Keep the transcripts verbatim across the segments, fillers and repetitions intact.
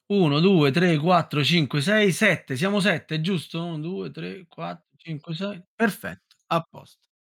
uno, due, tre, quattro, cinque, sei, sette. Siamo sette, giusto? uno, due, tre, quattro, cinque, sei. Perfetto, a posto.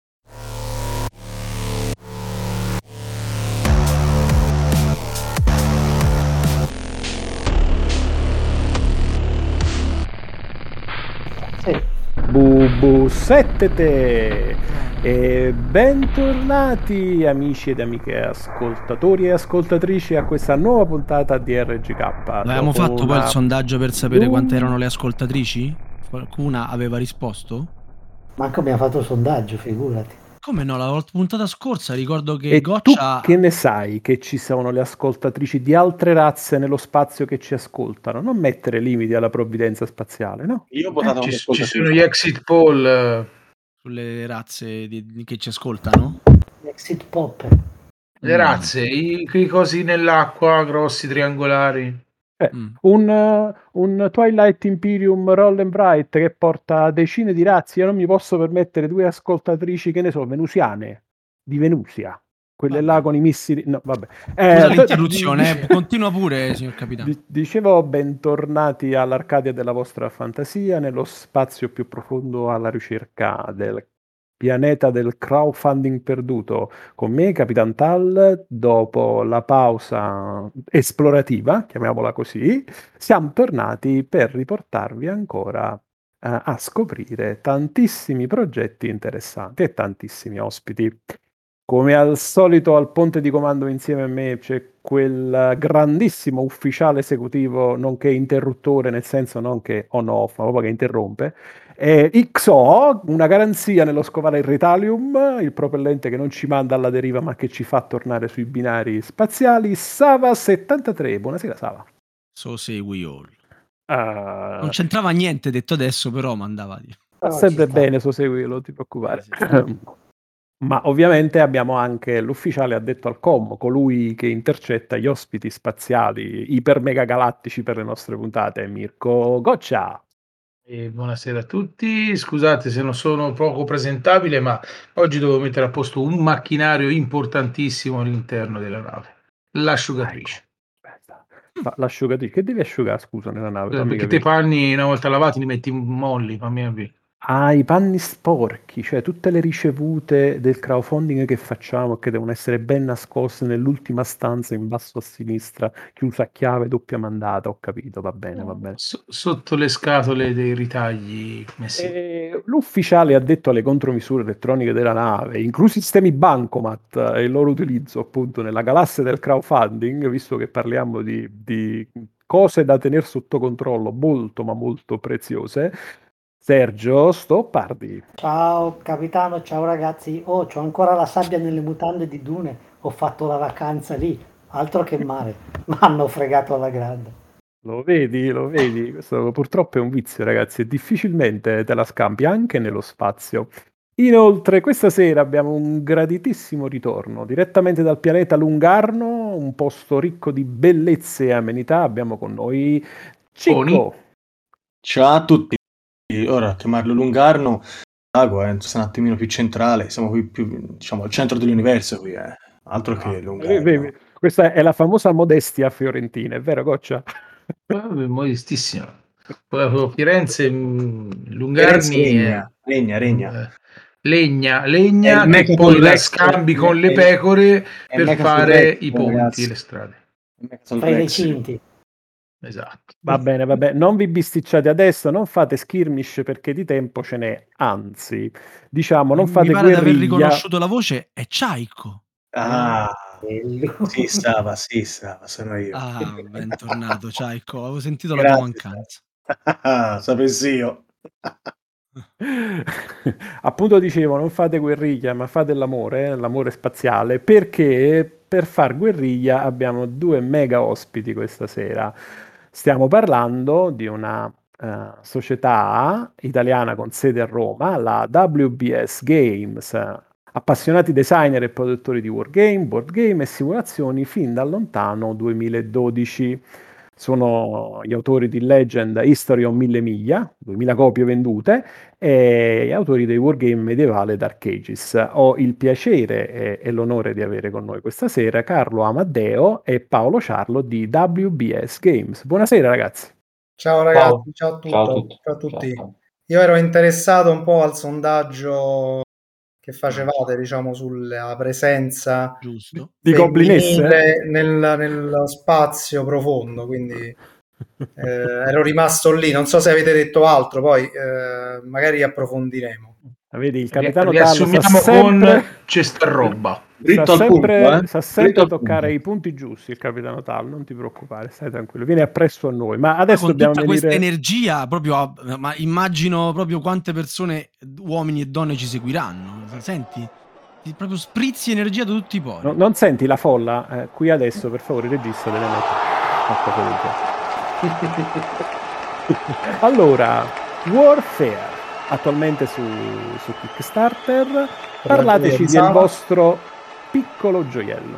Sì. Bubu settete e bentornati amici ed amiche ascoltatori e ascoltatrici a questa nuova puntata di R G K. Avevamo Dopo fatto poi il una sondaggio per sapere quante lung- erano le ascoltatrici? Qualcuna aveva risposto? Manco abbiamo fatto il sondaggio, figurati. Come no, la volta- puntata scorsa ricordo che E tu che Goccia... ne sai che ci sono le ascoltatrici di altre razze nello spazio che ci ascoltano? Non mettere limiti alla provvidenza spaziale, no? Io ho votato Ci, come ci sono ascoltatrice. gli exit poll. eh, sulle razze di- di- che ci ascoltano? Exit pop. Le Mm. razze, i, quei cosi nell'acqua, grossi, triangolari. Eh, Mm. un, eh, un Twilight Imperium Roll and Bright che porta decine di razzi. Io non mi posso permettere due ascoltatrici, che ne so, venusiane, di Venusia. Quelle là Vabbè. con i missili. No, vabbè. Scusa Eh, l'interruzione, di- eh, continua pure, signor capitano. di- dicevo, bentornati all'Arcadia della vostra fantasia, nello spazio più profondo alla ricerca del pianeta del crowdfunding perduto. Con me, Capitan Tal, dopo la pausa esplorativa, chiamiamola così, siamo tornati per riportarvi ancora eh, a scoprire tantissimi progetti interessanti e tantissimi ospiti. Come al solito al ponte di comando insieme a me c'è quel grandissimo ufficiale esecutivo, nonché interruttore, nel senso non che on-off, ma proprio che interrompe. E X O, una garanzia nello scovare il Ritalium, il propellente che non ci manda alla deriva ma che ci fa tornare sui binari spaziali. Sava settantatré, buonasera Sava. So say we all. Ah, Non c'entrava niente detto adesso, però mandava di... fa Però sempre ci sta. bene, so seguirlo, non ti Sì, preoccupare. sì, sì. Ma ovviamente abbiamo anche l'ufficiale addetto al commo, colui che intercetta gli ospiti spaziali iper mega galattici per le nostre puntate, Mirko Goccia. E buonasera a tutti. Scusate se non sono poco presentabile, ma oggi devo mettere a posto un macchinario importantissimo all'interno della nave, l'asciugatrice. Aspetta, fa- l'asciugatrice, che devi asciugare, scusa, nella nave, Eh, fammi Perché te i capire. panni una volta lavati li metti molli, fammi capire. Ah, i panni sporchi, cioè tutte le ricevute del crowdfunding che facciamo che devono essere ben nascoste nell'ultima stanza in basso a sinistra, chiusa a chiave, doppia mandata, ho capito, va bene, va bene. So- sotto le scatole dei ritagli messi. E l'ufficiale addetto alle contromisure elettroniche della nave, inclusi sistemi bancomat e il loro utilizzo appunto nella galassia del crowdfunding, visto che parliamo di, di cose da tenere sotto controllo molto ma molto preziose, Sergio Stoppardi. Ciao capitano, ciao ragazzi. Oh, c'ho ancora la sabbia nelle mutande di Dune. Ho fatto la vacanza lì. Altro che mare. Mi hanno fregato alla grande. Lo vedi, lo vedi, questo purtroppo è un vizio, ragazzi, e difficilmente te la scampi anche nello spazio. Inoltre, questa sera abbiamo un graditissimo ritorno direttamente dal pianeta Lungarno, un posto ricco di bellezze e amenità. Abbiamo con noi Cicco. Ciao a tutti. Ora, chiamarlo Lungarno, Lago è un attimino più centrale, siamo qui più, diciamo, al centro dell'universo qui, eh. Altro che Ah, Lungarno. questa è la famosa modestia fiorentina, è vero, Goccia? Vabbè, modestissimo. Poi Firenze, mh, Firenze Lungarni, è, regna, regna, regna. eh, legna, È il legna che Mecatol poi la Rex, scambi con le è, pecore è per Mecatol fare Rex, i ponti e ragazzi. le strade. È Mecatol Fai dei Rex. cinti. Esatto. Va bene, va bene, non vi bisticciate adesso, non fate skirmish perché di tempo ce n'è, anzi, diciamo, non Mi, mi fate pare di aver guerriglia. riconosciuto la voce, è Ciaico. Ah, Bello. sì, stava, sì, stava, sono io. Ah, bentornato Ciaico, avevo sentito la tua Grazie, mancanza. stava. Sapessi io. Appunto dicevo, non fate guerriglia, ma fate l'amore, eh, l'amore spaziale, perché per far guerriglia abbiamo due mega ospiti questa sera. Stiamo parlando di una eh, società italiana con sede a Roma, la W B S Games, eh, appassionati designer e produttori di wargame, board game e simulazioni fin dal lontano duemiladodici. sono gli autori di Legend History on Mille Miglia, duemila copie vendute, e gli autori dei wargame medievale Dark Ages. Ho il piacere e, e l'onore di avere con noi questa sera Carlo Amadeo e Paolo Ciarlo di W B S Games. Buonasera ragazzi. Ciao Ciao, ragazzi, ciao a ciao a tutto, tutti. ciao a Ciao, tutti. ciao. Io ero interessato un po' al sondaggio che facevate, diciamo, sulla presenza Giusto. Di goblinesse? femminile nel, nello spazio profondo, quindi eh, ero rimasto lì. Non so se avete detto altro, poi eh, magari approfondiremo. Ah, Vedi, il Ri- capitano Tallo sa riassumiamo sempre, con c'è sta roba. sa Dritto al punto, sempre, eh? sa sempre Dritto al toccare punto. i punti giusti il capitano Tallo, non ti preoccupare, stai tranquillo, vieni appresso a noi. Ma Poi adesso con dobbiamo tutta questa venire... energia, proprio, a- ma immagino proprio quante persone, uomini e donne, ci seguiranno. Senti, ti- proprio sprizzi energia da tutti i pori. No- non senti la folla? Eh, qui adesso, per favore, il regista deve mettere qualcosa del genere. Allora, Warfare, attualmente su, su Kickstarter, parlateci del vostro piccolo gioiello.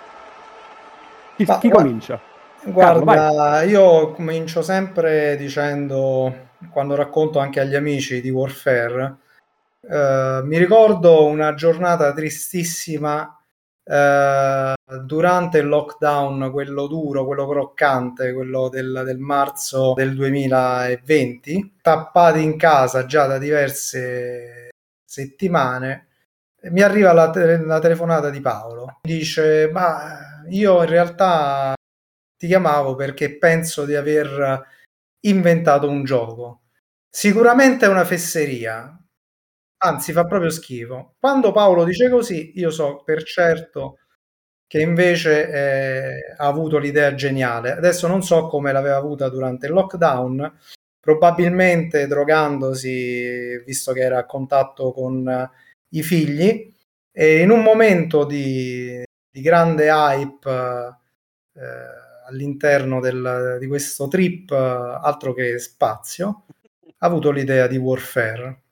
Chi, Ma chi guarda- comincia? Guarda, io comincio sempre dicendo, quando racconto anche agli amici di Warfare, eh, mi ricordo una giornata tristissima eh, durante il lockdown, quello duro, quello croccante, quello del, del marzo del duemilaventi, tappati in casa già da diverse settimane. Mi arriva la, tele- la telefonata di Paolo, dice: ma io in realtà ti chiamavo perché penso di aver inventato un gioco. Sicuramente è una fesseria, anzi fa proprio schifo. Quando Paolo dice così, io so per certo che invece eh, ha avuto l'idea geniale. Adesso non so come l'aveva avuta durante il lockdown, probabilmente drogandosi, visto che era a contatto con eh, i figli, e in un momento di, di grande hype eh, all'interno del, di questo trip, eh, altro che spazio, ha avuto l'idea di Warfare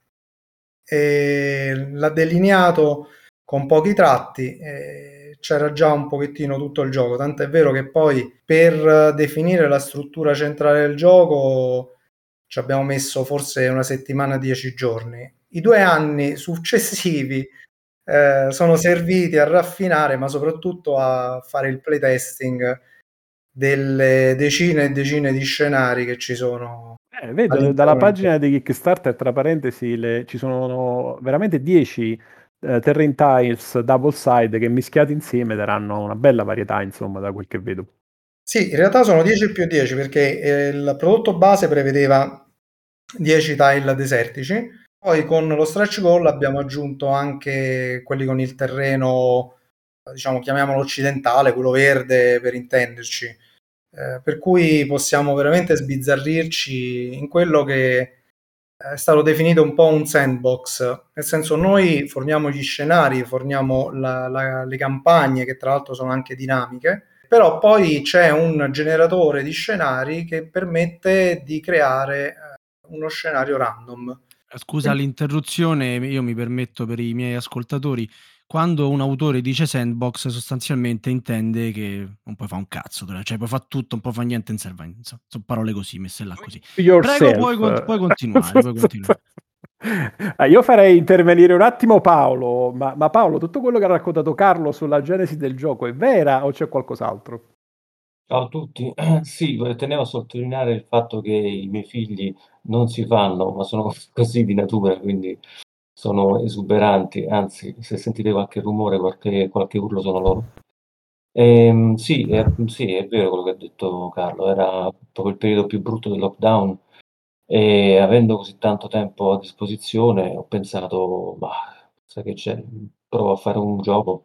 e l'ha delineato con pochi tratti. E c'era già un pochettino tutto il gioco, tant'è vero che poi per definire la struttura centrale del gioco ci abbiamo messo forse una settimana, dieci giorni. I due anni successivi eh, sono serviti a raffinare, ma soprattutto a fare il playtesting delle decine e decine di scenari che ci sono. Eh, vedo all'interno dalla del pagina di Kickstarter, tra parentesi, le- ci sono veramente dieci eh, terrain tiles double side che mischiati insieme daranno una bella varietà, insomma, da quel che vedo. Sì, in realtà sono dieci più dieci perché eh, il prodotto base prevedeva dieci tile desertici, poi con lo stretch goal abbiamo aggiunto anche quelli con il terreno, diciamo, chiamiamolo occidentale, quello verde per intenderci, eh, per cui possiamo veramente sbizzarrirci in quello che è stato definito un po' un sandbox, nel senso noi forniamo gli scenari, forniamo la- la- le campagne che tra l'altro sono anche dinamiche, però poi c'è un generatore di scenari che permette di creare eh, uno scenario random. Scusa l'interruzione, io mi permetto per i miei ascoltatori. Quando un autore dice sandbox, sostanzialmente intende che non puoi fare un cazzo, cioè puoi fare tutto, non puoi fare niente, non serve a niente. Sono parole così, messe là così. Yourself. Prego, puoi, con- puoi continuare, puoi continuare. Ah, io farei intervenire un attimo Paolo, ma, ma Paolo, tutto quello che ha raccontato Carlo sulla genesi del gioco è vera o c'è qualcos'altro? Ciao a tutti. Sì, volevo- tenevo a sottolineare il fatto che i miei figli non si fanno, ma sono così di natura, quindi sono esuberanti. Anzi, se sentite qualche rumore, qualche, qualche urlo, sono loro. Ehm, sì, è, sì, è vero quello che ha detto Carlo, era proprio il periodo più brutto del lockdown e avendo così tanto tempo a disposizione ho pensato, ma sai che c'è, provo a fare un gioco.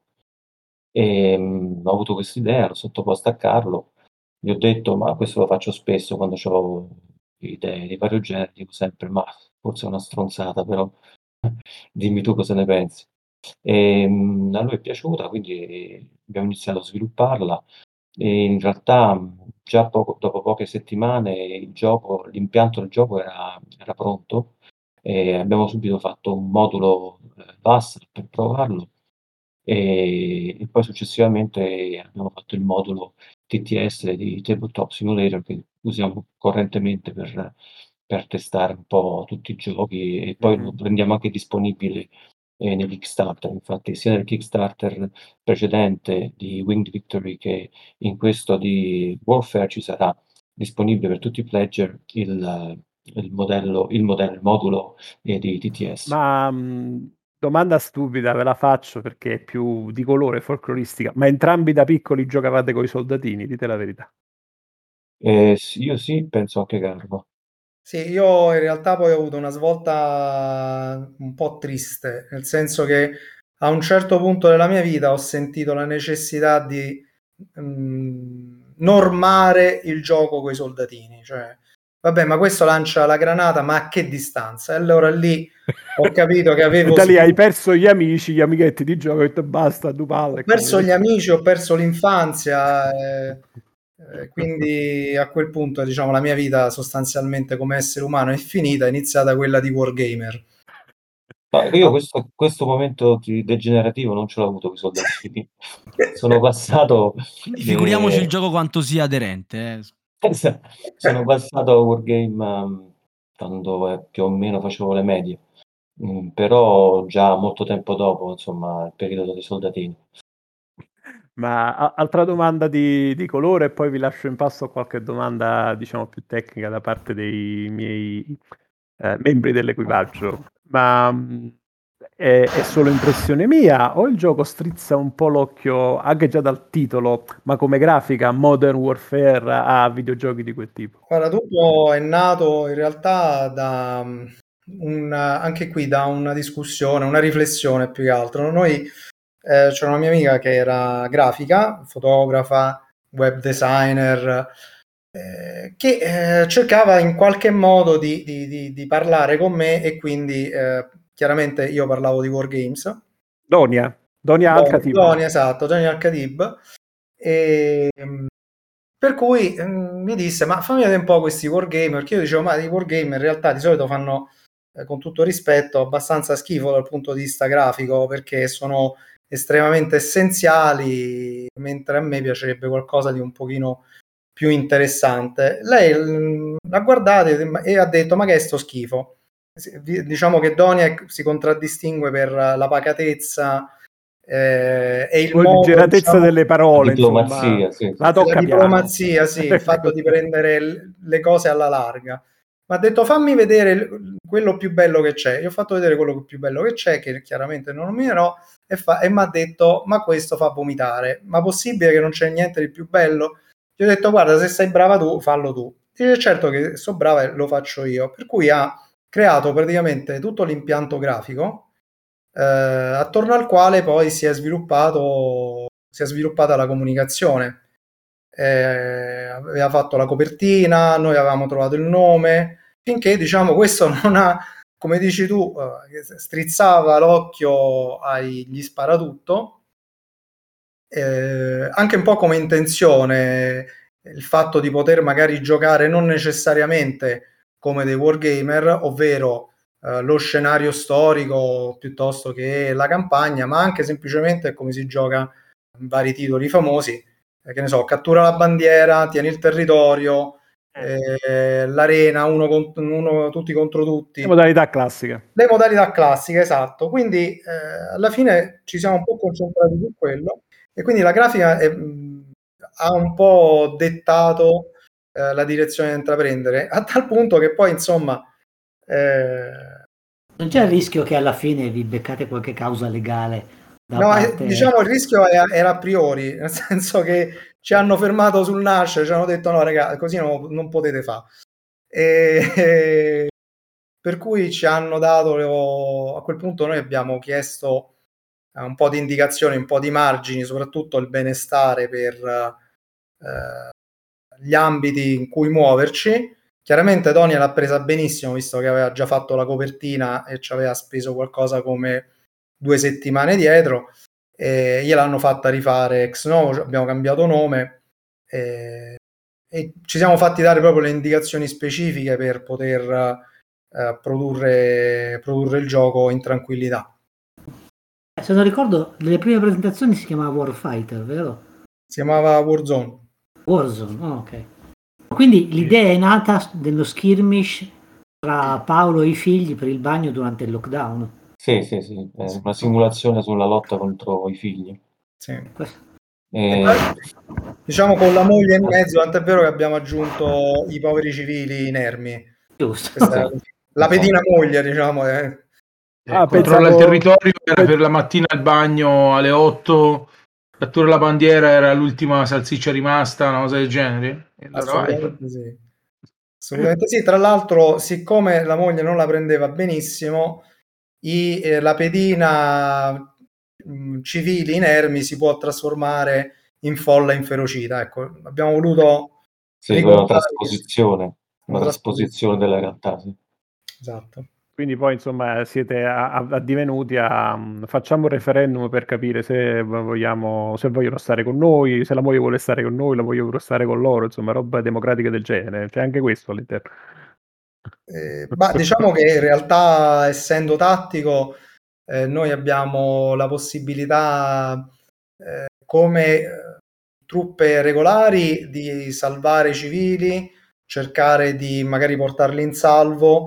E ho avuto quest'idea, l'ho sottoposta a Carlo, gli ho detto, ma questo lo faccio spesso quando ho idee di vario genere, dico sempre, ma forse è una stronzata, però dimmi tu cosa ne pensi. E, a lui è piaciuta, quindi abbiamo iniziato a svilupparla e in realtà mh, già poco- dopo poche settimane il gioco, l'impianto del gioco era, era pronto e abbiamo subito fatto un modulo eh, V A S per provarlo e, e poi successivamente abbiamo fatto il modulo T T S, di Tabletop Simulator, che usiamo correntemente per, per testare un po' tutti i giochi, e poi Mhm. lo rendiamo anche disponibile eh, nei Kickstarter. Infatti sia nel Kickstarter precedente di Winged Victory che in questo di Warfare ci sarà disponibile per tutti i pledger il, il modello, il modello, il modulo eh, di T T S. Ma mh, domanda stupida, ve la faccio perché è più di colore folcloristica. Ma entrambi da piccoli giocavate con i soldatini? Dite la verità. Eh, sì, io sì, penso anche Garbo. Sì, io in realtà poi ho avuto una svolta un po' triste, nel senso che a un certo punto della mia vita ho sentito la necessità di mm, normare il gioco coi soldatini, cioè vabbè, ma questo lancia la granata, ma a che distanza? E allora lì ho capito che avevo Da lì hai sviluppato- perso gli amici, gli amichetti di gioco, hai detto basta, due palle. ho perso come- gli amici, ho perso l'infanzia, eh, eh, quindi a quel punto, diciamo, la mia vita sostanzialmente come essere umano è finita, è iniziata quella di wargamer. Ma io Ah, questo, questo momento di- degenerativo non ce l'ho avuto con i soldatini. Sono passato Quindi figuriamoci il eh, gioco quanto sia aderente. Eh. sono passato a Wargame um, quando eh, più o meno facevo le medie. Mm, però già molto tempo dopo, insomma, il periodo dei soldatini. Ma a- altra domanda di, di colore, e poi vi lascio in passo a qualche domanda, diciamo, più tecnica da parte dei miei eh, membri dell'equipaggio. Ma mh, è, è solo impressione mia o il gioco strizza un po' l'occhio, anche già dal titolo, ma come grafica, Modern Warfare a videogiochi di quel tipo? Guarda, tutto è nato in realtà da um, un, anche qui da una discussione, una riflessione più che altro. Noi eh, c'era una mia amica che era grafica, fotografa, web designer, eh, che eh, cercava in qualche modo di, di- di- di parlare con me, e quindi eh, chiaramente io parlavo di Wargames. Donia, Donia Doni, Al-Khatib. Doni, esatto, Doni Al-Khatib. E, mm, per cui mm, mi disse, ma fammi vedere un po' questi wargame, perché io dicevo, ma i wargame in realtà di solito fanno, eh, con tutto rispetto, abbastanza schifo dal punto di vista grafico, perché sono estremamente essenziali, mentre a me piacerebbe qualcosa di un pochino più interessante. Lei mm, l'ha guardata e ha detto, ma che è sto schifo? Si- Diciamo che Doniak si contraddistingue per la pacatezza eh, e il modo, Morigeratezza diciamo, delle parole, Diplomazia, insomma, sì, sì. la la tocca piano. diplomazia, sì, il fatto di prendere l- le cose alla larga. Ma ha detto fammi vedere l- quello più bello che c'è. Io ho fatto vedere quello più bello che c'è, che chiaramente non nominerò, e, fa- e mi ha detto ma questo fa vomitare. Ma possibile che non c'è niente di più bello? Gli ho detto guarda, se sei brava tu, fallo tu. Dice certo che so brava e lo faccio io. Per cui ha creato praticamente tutto l'impianto grafico eh, attorno al quale poi si è sviluppato si è sviluppata la comunicazione. Eh, aveva fatto la copertina, noi avevamo trovato il nome, finché diciamo questo non ha, come dici tu, eh, strizzava l'occhio agli sparatutto, eh, anche un po' come intenzione il fatto di poter magari giocare non necessariamente come dei wargamer, ovvero eh, lo scenario storico piuttosto che la campagna, ma anche semplicemente come si gioca in vari titoli famosi, eh, che ne so, cattura la bandiera, tieni il territorio, eh, l'arena, uno, contro, uno tutti contro tutti. Le modalità classiche. Le modalità classiche, esatto. Quindi eh, alla fine ci siamo un po' concentrati su quello, e quindi la grafica è, mh, ha un po' dettato eh, la direzione da intraprendere, a tal punto che poi insomma eh, Non c'è il rischio che alla fine vi beccate qualche causa legale da no, eh, parte... diciamo il rischio era, era a priori, nel senso che ci hanno fermato sul nascere, ci hanno detto no raga, così no, non potete fare. E, per cui ci hanno dato, a quel punto noi abbiamo chiesto eh, un po' di indicazioni, un po' di margini, soprattutto il benestare per eh, gli ambiti in cui muoverci. Chiaramente Tonia l'ha presa benissimo, visto che aveva già fatto la copertina e ci aveva speso qualcosa come due settimane dietro, e gliel'hanno fatta rifare ex novo, abbiamo cambiato nome e, e ci siamo fatti dare proprio le indicazioni specifiche per poter eh, produrre, produrre il gioco in tranquillità. Se non ricordo, nelle prime presentazioni si chiamava Warfighter, vero? Si chiamava Warzone. Warzone, oh, ok. Quindi l'idea è nata dello skirmish tra Paolo e i figli per il bagno durante il lockdown. Sì, sì, sì, è una simulazione sulla lotta contro i figli. Sì. Questo- E E... poi, diciamo con la moglie in mezzo, tant'è vero che abbiamo aggiunto i poveri civili inermi. Giusto. Questa è Sì, la esatto. pedina moglie, diciamo. Eh. Eh, Ah, controlla il pensavo- territorio, era pe- per la mattina al bagno alle otto, cattura la bandiera, era l'ultima salsiccia rimasta, una cosa del genere. E allora vai. Assolutamente sì. Assolutamente sì. Tra l'altro, siccome la moglie non la prendeva benissimo, i, eh, la pedina mh, civili inermi si può trasformare in folla inferocita. Ecco, abbiamo voluto Sì, una ricordare trasposizione, una una trasposizione della realtà, sì. Esatto. Quindi poi insomma siete a- a- addivenuti a mm, facciamo un referendum per capire se vogliamo, se vogliono stare con noi, se la moglie vuole stare con noi, la moglie vuole stare con loro, insomma, roba democratica del genere. C'è anche questo all'interno. Eh, ma diciamo che in realtà, essendo tattico, eh, noi abbiamo la possibilità, eh, come eh, truppe regolari, di salvare i civili, cercare di magari portarli in salvo,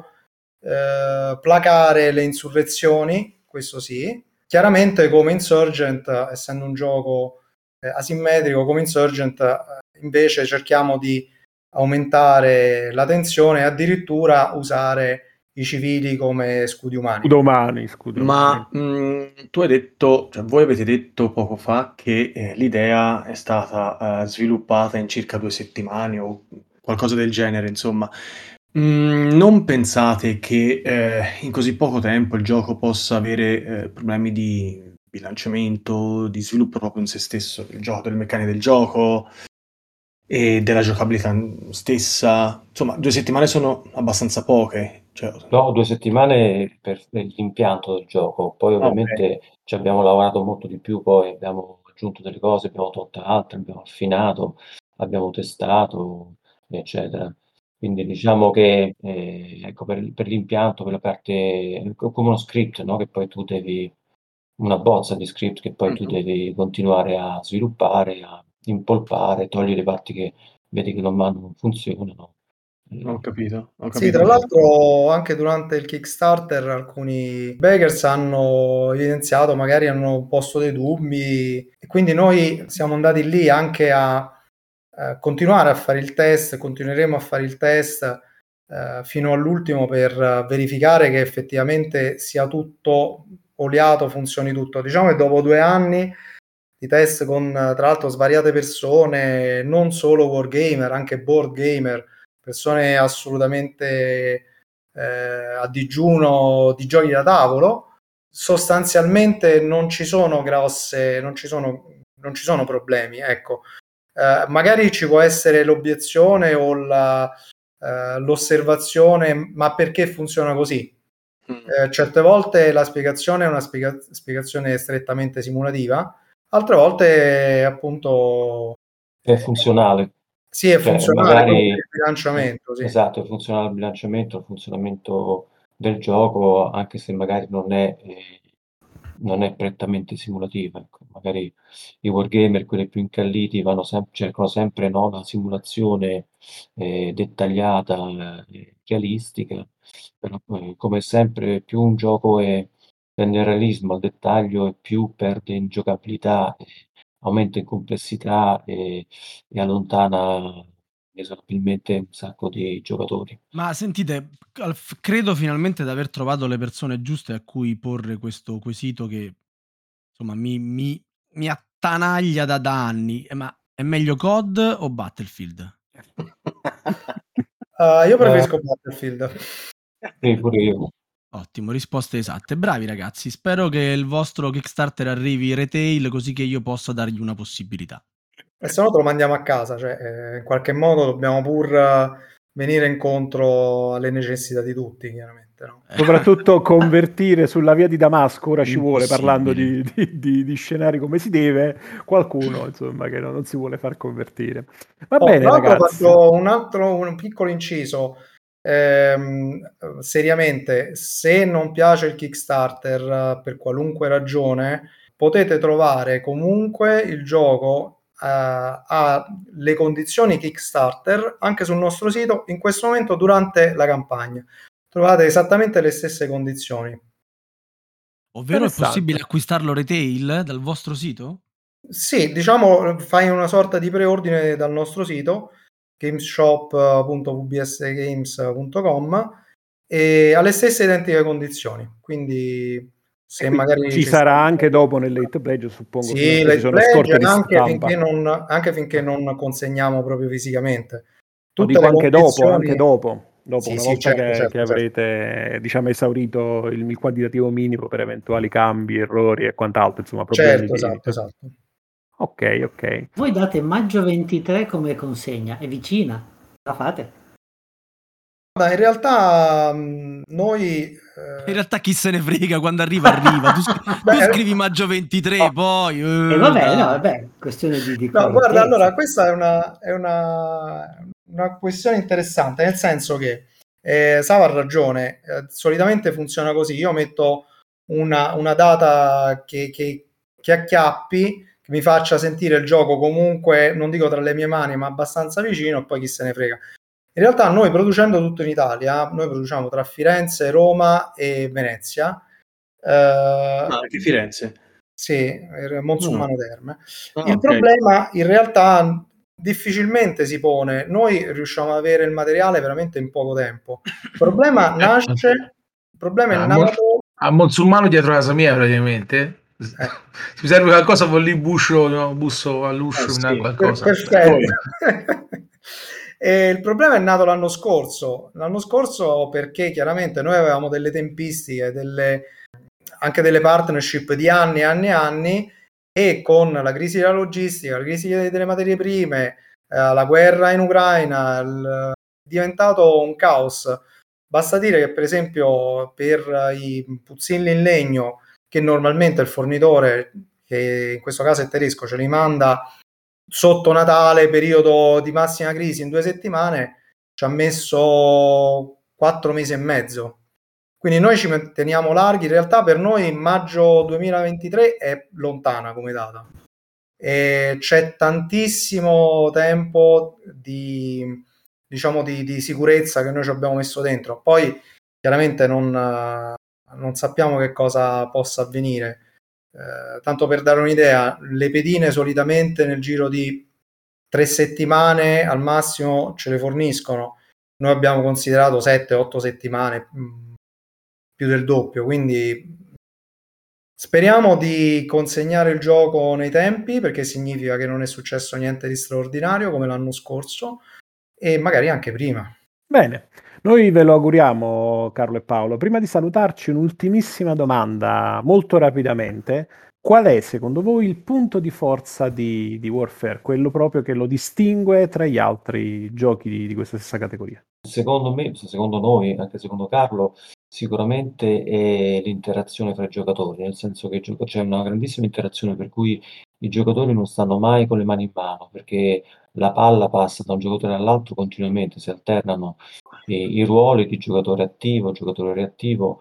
eh, placare le insurrezioni, questo sì. Chiaramente come Insurgent, essendo un gioco eh, asimmetrico, come Insurgent eh, invece cerchiamo di aumentare la tensione e addirittura usare i civili come scudi umani. Scudo umani, scudo umani. Ma mh, tu hai detto, cioè voi avete detto poco fa che eh, l'idea è stata eh, sviluppata in circa due settimane o qualcosa del genere, insomma. Mm, non pensate che eh, in così poco tempo il gioco possa avere eh, problemi di bilanciamento, di sviluppo proprio in se stesso, del gioco, delle meccaniche del gioco e della giocabilità stessa? Insomma, due settimane sono abbastanza poche. Cioè, No, due settimane per l'impianto del gioco, poi Ah, ok. ovviamente ci abbiamo lavorato molto di più, poi abbiamo aggiunto delle cose, abbiamo tolto altre, abbiamo affinato, abbiamo testato, eccetera. Quindi diciamo che eh, ecco, per, per l'impianto, per la parte, è come uno script, no? Che poi tu devi, una bozza di script che poi tu Mhm. devi continuare a sviluppare, a impolpare, togliere le parti che vedi che non vanno, non funzionano. Ho capito, ho Sì, capito. tra l'altro anche durante il Kickstarter alcuni backers hanno evidenziato, magari hanno posto dei dubbi e quindi noi siamo andati lì anche a eh, continuare a fare il test, continueremo a fare il test eh, fino all'ultimo per verificare che effettivamente sia tutto oliato, funzioni tutto. Diciamo che dopo due anni di test con tra l'altro svariate persone, non solo wargamer, anche board gamer, persone assolutamente eh, a digiuno di giochi da tavolo, sostanzialmente non ci sono grosse, non ci sono, non ci sono problemi, ecco. Eh, magari ci può essere l'obiezione o la, eh, l'osservazione, ma perché funziona così? Eh, certe volte la spiegazione è una spiega- spiegazione strettamente simulativa, altre volte appunto È eh, funzionale. sì, è Cioè, funzionale proprio magari per il bilanciamento, sì. esatto, è funzionale il bilanciamento, il funzionamento del gioco, anche se magari non è, eh, non è prettamente simulativa. Ecco. Magari i wargamer, quelli più incalliti, vanno sem- cercano sempre no, la simulazione eh, dettagliata, eh, realistica, però eh, come sempre più un gioco è, tende al realismo, al dettaglio, e più perde in giocabilità, eh, aumenta in complessità e, e allontana inesorabilmente un sacco di giocatori. Ma sentite, al- f- credo finalmente di aver trovato le persone giuste a cui porre questo quesito che insomma mi, mi- mi attanaglia da, da anni. Eh, Ma è meglio C O D o Battlefield? Uh, io Eh, preferisco Battlefield. sì, pure io. Ottimo, risposte esatte. Bravi ragazzi, spero che il vostro Kickstarter arrivi retail così che io possa dargli una possibilità. E se no te lo mandiamo a casa, cioè eh, in qualche modo dobbiamo pur eh, venire incontro alle necessità di tutti, chiaramente, no? Soprattutto convertire sulla via di Damasco, ora ci vuole, parlando Impossibile. di, di- di- di scenari come si deve, qualcuno insomma che non, non si vuole far convertire. Va Oh, bene tra l'altro ragazzi. faccio un altro un piccolo inciso. Ehm, seriamente, se non piace il Kickstarter eh, per qualunque ragione, potete trovare comunque il gioco ha le condizioni Kickstarter anche sul nostro sito in questo momento durante la campagna. Trovate esattamente le stesse condizioni. Ovvero è possibile acquistarlo retail dal vostro sito? Sì, diciamo fai una sorta di preordine dal nostro sito gameshop punto v b s games punto com e alle stesse identiche condizioni, quindi se magari ci sarà sta... anche dopo nel late pledge, suppongo. Sì, late sono pledge anche finché, non, anche finché non consegniamo proprio fisicamente. Tutte dico le anche condizioni... dopo, anche dopo, dopo sì, una sì, volta certo, che, certo, che avrete certo. diciamo esaurito il, il quantitativo minimo per eventuali cambi, errori e quant'altro, insomma, problemi. Certo, esatto, esatto. Ok, ok. Voi date maggio ventitré come consegna, è vicina, la fate? In realtà noi... Eh... In realtà chi se ne frega, quando arriva arriva, tu, scri- Beh, tu scrivi maggio ventitré, no. poi... E eh, vabbè, no, vabbè, questione di... di no, guarda, allora, questa è una, è una, una questione interessante, nel senso che eh, Sava ha ragione, eh, solitamente funziona così, io metto una, una data che, che, che acchiappi, che mi faccia sentire il gioco comunque, non dico tra le mie mani, ma abbastanza vicino, e poi chi se ne frega. In realtà noi producendo tutto in Italia, noi produciamo tra Firenze, Roma e Venezia. Eh, ah, anche Firenze? Sì, Monsummano oh. Terme. Ah, il okay. problema in realtà difficilmente si pone, noi riusciamo ad avere il materiale veramente in poco tempo. Il problema nasce, il problema è a nato... Mon- a Monsummano dietro casa mia praticamente. Eh. Se mi serve qualcosa vado lì, buscio, no, busso all'uscio, eh sì, qualcosa. Perfetto. E il problema è nato l'anno scorso. L'anno scorso perché chiaramente noi avevamo delle tempistiche, delle, anche delle partnership di anni e anni e anni, e con la crisi della logistica, la crisi delle materie prime, eh, la guerra in Ucraina, il, è diventato un caos. Basta dire che per esempio per i puzzilli in legno, che normalmente il fornitore, che in questo caso è tedesco, ce li manda sotto Natale, periodo di massima crisi, in due settimane, ci ha messo quattro mesi e mezzo. Quindi noi ci teniamo larghi. In realtà per noi maggio duemilaventitré è lontana come data. E c'è tantissimo tempo di, diciamo, di, di sicurezza che noi ci abbiamo messo dentro. Poi chiaramente non, non sappiamo che cosa possa avvenire. Eh, tanto per dare un'idea, le pedine solitamente nel giro di tre settimane al massimo ce le forniscono. Noi abbiamo considerato sette otto settimane, mh, più del doppio, quindi speriamo di consegnare il gioco nei tempi, perché significa che non è successo niente di straordinario come l'anno scorso, e magari anche prima. Bene, noi ve lo auguriamo, Carlo e Paolo. Prima di salutarci, un'ultimissima domanda, molto rapidamente. Qual è, secondo voi, il punto di forza di, di Warfare, quello proprio che lo distingue tra gli altri giochi di, di questa stessa categoria? Secondo me, secondo noi, anche secondo Carlo, sicuramente è l'interazione fra i giocatori, nel senso che c'è una grandissima interazione per cui i giocatori non stanno mai con le mani in mano, perché la palla passa da un giocatore all'altro continuamente, si alternano i, i ruoli di giocatore attivo, giocatore reattivo,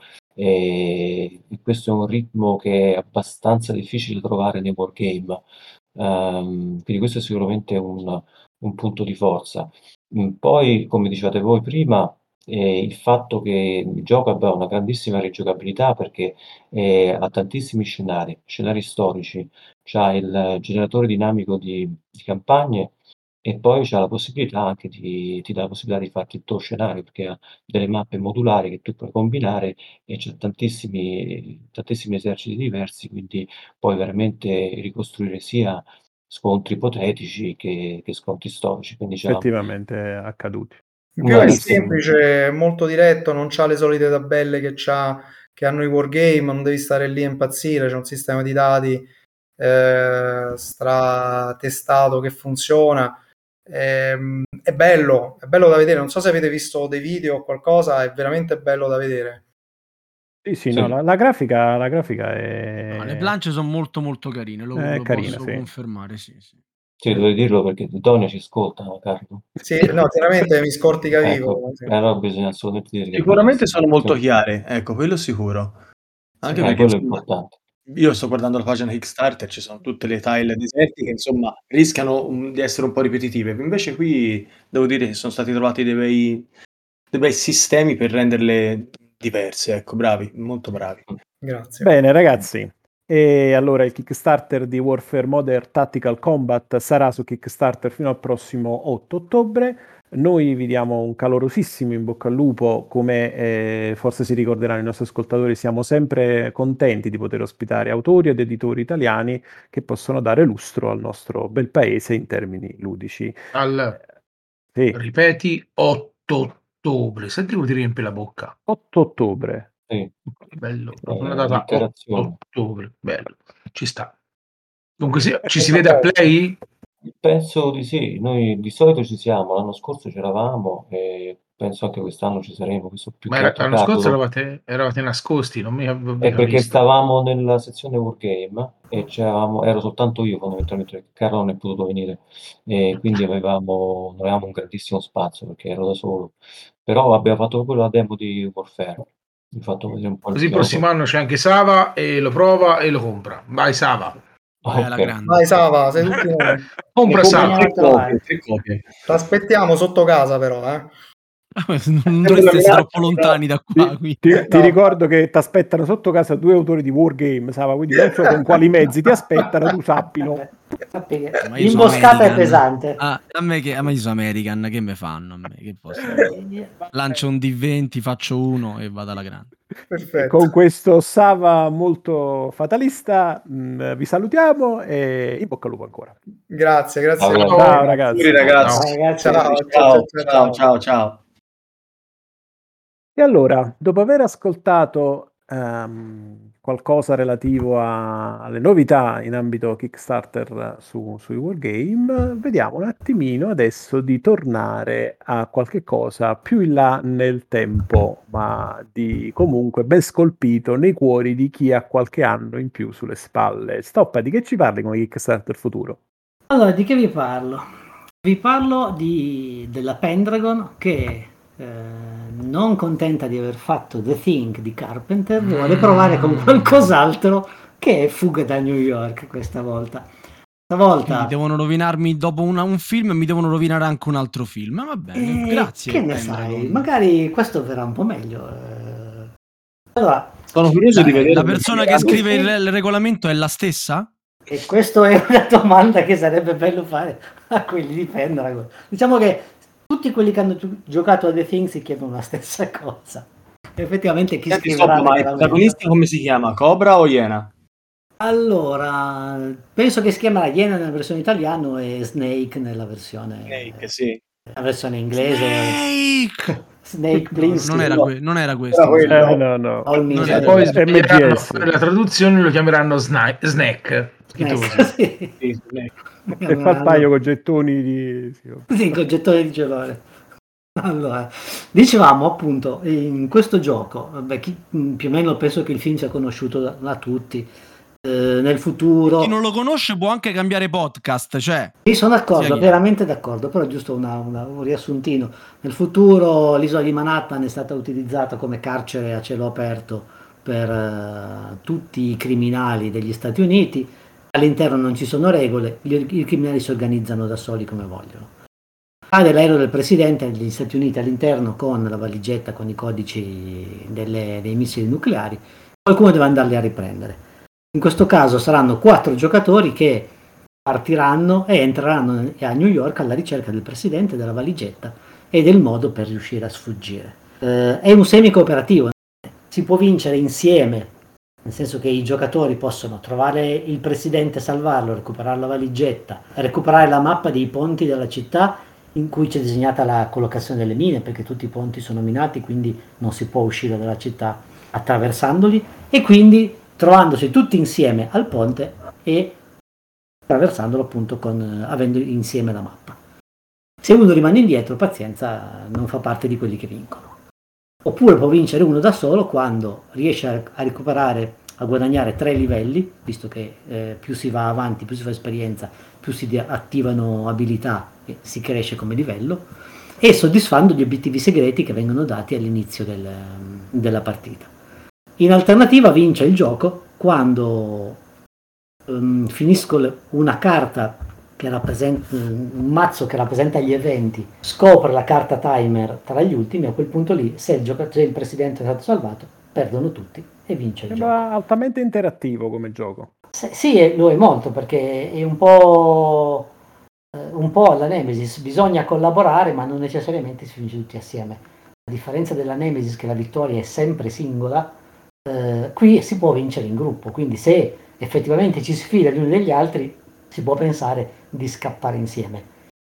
e, e questo è un ritmo che è abbastanza difficile da trovare nei wargame. Um, quindi questo è sicuramente un, un punto di forza. Poi, come dicevate voi prima, eh, il fatto che il gioco abbia una grandissima rigiocabilità perché eh, ha tantissimi scenari, scenari storici, c'ha il generatore dinamico di, di campagne e poi c'ha la possibilità anche di, ti dà la possibilità di farti il tuo scenario perché ha delle mappe modulari che tu puoi combinare e c'è tantissimi, tantissimi eserciti diversi, quindi puoi veramente ricostruire sia scontri ipotetici che, che scontri storici. Quindi c'è effettivamente accaduti. In più è semplice, è molto diretto, non c'ha le solite tabelle che, c'ha, che hanno i wargame, non devi stare lì a impazzire, c'è un sistema di dati eh, stratestato che funziona. È, è bello, è bello da vedere. Non so se avete visto dei video o qualcosa, è veramente bello da vedere. Sì, sì, sì. No, la, la grafica, la grafica è... No, le planche sono molto molto carine, lo, è lo carina, posso sì. confermare, sì, sì. Sì, dovevi dirlo perché Donne ci ascolta, Carlo. Sì, no, chiaramente mi scortica vivo. Ecco, sì. Allora bisogna assolutamente dire che sicuramente sono molto chiare, ecco, quello sicuro. Anche sì, perché quello è insomma, importante. io sto guardando la pagina Kickstarter, ci sono tutte le tile desertiche, insomma, rischiano, mhmm, di essere un po' ripetitive. Invece qui devo dire che sono stati trovati dei bei dei bei sistemi per renderle diverse, ecco, bravi, molto bravi. Grazie. Bene ragazzi, e allora il Kickstarter di Warfare Modern Tactical Combat sarà su Kickstarter fino al prossimo otto ottobre. Noi vi diamo un calorosissimo in bocca al lupo, come eh, forse si ricorderanno i nostri ascoltatori, siamo sempre contenti di poter ospitare autori ed editori italiani che possono dare lustro al nostro bel paese in termini ludici. Al... Sì. Ripeti, otto ottobre, senti come ti riempie la bocca. otto ottobre. Sì. Bello, Eh, proprio una data dichiarazione. otto ottobre, bello, ci sta. Dunque sì, ci si vede a Play? Penso di sì, noi di solito ci siamo, l'anno scorso c'eravamo e penso anche quest'anno ci saremo, questo più Ma che era, altro l'anno scorso cavolo. eravate, eravate nascosti, non mi avevo È perché visto. stavamo nella sezione Wargame e c'eravamo, ero soltanto io fondamentalmente, perché Carlo non è potuto venire e quindi avevamo, non avevamo un grandissimo spazio perché ero da solo. Però abbiamo fatto proprio la demo di Warfare. Vi ho fatto vedere un po' il Così il gioco. prossimo anno c'è anche Sava e lo prova e lo compra. Vai Sava. Vai alla Ok. grande. Vai Sava, sei tutti noi. Compra Tre Sava. copie, tre copie, tre copie. T'aspettiamo sotto casa però, eh. Non dovreste essere troppo lontani da qua. Ti, Qui. ti- No. ti ricordo che ti aspettano sotto casa due autori di Wargame, Sava, quindi non so con quali mezzi ti aspettano, tu sappilo. Sappi che Ma io sono l'imboscata è American. pesante. Ah, a me che a me io sono American, che me fanno? A me che posso fare? Lancio un D venti, faccio uno e vado alla grande. Perfetto. Con questo Sava molto fatalista mh, vi salutiamo e in bocca al lupo ancora. Grazie, grazie. Ciao, a voi. Ciao ragazzi. Auguri, ragazzi. Ciao, ragazzi. Ciao, ciao, Ciao, ciao, ciao, ciao, ciao. E allora, dopo aver ascoltato ehm, qualcosa relativo a- alle novità in ambito Kickstarter su, sui Wargame, vediamo un attimino adesso di tornare a qualche cosa più in là nel tempo, ma di comunque ben scolpito nei cuori di chi ha qualche anno in più sulle spalle. Stoppa, di che ci parli come Kickstarter futuro? Allora, di che vi parlo? Vi parlo di, della Pendragon che, eh, non contenta di aver fatto The Thing di Carpenter, vuole provare con qualcos'altro che è Fuga da New York questa volta. Stavolta... Quindi devono rovinarmi dopo una- un film, mi devono rovinare anche un altro film. Va bene, Eh, grazie. Che ne Pendragon. sai? Magari questo verrà un po' meglio. eh. Allora, Sono curioso di La, vedere. la persona che scrive il, il regolamento è la stessa? e questa è una domanda che sarebbe bello fare a quelli di Pendragon. Diciamo che tutti quelli che hanno gi- giocato a The Thing si chiedono la stessa cosa. Effettivamente chi Senti, scriverà stop, ma il il protagonista come si chiama? Cobra o Iena? Allora, penso che si chiamerà Iena nella versione italiana e Snake nella versione, Snake, sì. la versione inglese. Snake! Snake No, Plissken. non, era no. que- non era questo. Era mi sa. quello. Eh, no, no. All Non Misery. era Poi questo. sbaglieranno M G S. a fare la traduzione, lo chiameranno sni- Snack. Scritto Snake, così. sì. Sì, Snake. E fa il paio con gettoni di... sì. Sì, con gettone di gelore. Allora, dicevamo appunto, in questo gioco, vabbè, chi- più o meno penso che il film sia conosciuto da, da tutti, eh, nel futuro... Chi non lo conosce può anche cambiare podcast, cioè... Sì, sono Sia d'accordo, chiaro. veramente d'accordo, però giusto una- una- un riassuntino. Nel futuro l'isola di Manhattan è stata utilizzata come carcere a cielo aperto per eh, tutti i criminali degli Stati Uniti. All'interno non ci sono regole, gli- i criminali si organizzano da soli come vogliono. Cade l'aereo del presidente degli Stati Uniti all'interno con la valigetta con i codici delle- dei missili nucleari, qualcuno deve andarli a riprendere. In questo caso saranno quattro giocatori che partiranno e entreranno a New York alla ricerca del presidente, della valigetta e del modo per riuscire a sfuggire. Eh, è un semi-cooperativo, si può vincere insieme, nel senso che i giocatori possono trovare il presidente, salvarlo, recuperare la valigetta, recuperare la mappa dei ponti della città in cui c'è disegnata la collocazione delle mine, perché tutti i ponti sono minati, quindi non si può uscire dalla città attraversandoli, e quindi trovandosi tutti insieme al ponte e attraversandolo appunto con, eh, avendo insieme la mappa. Se uno rimane indietro, pazienza, non fa parte di quelli che vincono. Oppure può vincere uno da solo quando riesce a, a recuperare, a guadagnare tre livelli, visto che eh, più si va avanti, più si fa esperienza, più si di- attivano abilità e si cresce come livello, e soddisfando gli obiettivi segreti che vengono dati all'inizio del- della partita. In alternativa vince il gioco quando um, finisco le, una carta che rappresenta un mazzo che rappresenta gli eventi, scopre la carta timer tra gli ultimi, a quel punto lì, se il, gioca- se il presidente è stato salvato, perdono tutti e vince il Sembra gioco. altamente interattivo come gioco. Se- sì, è- lo è molto, perché è un po', eh, un po' alla Nemesis, bisogna collaborare, ma non necessariamente si vince tutti assieme. A differenza della Nemesis, che la vittoria è sempre singola, eh, qui si può vincere in gruppo, quindi se effettivamente ci si fida gli uni degli altri, si può pensare di scappare insieme.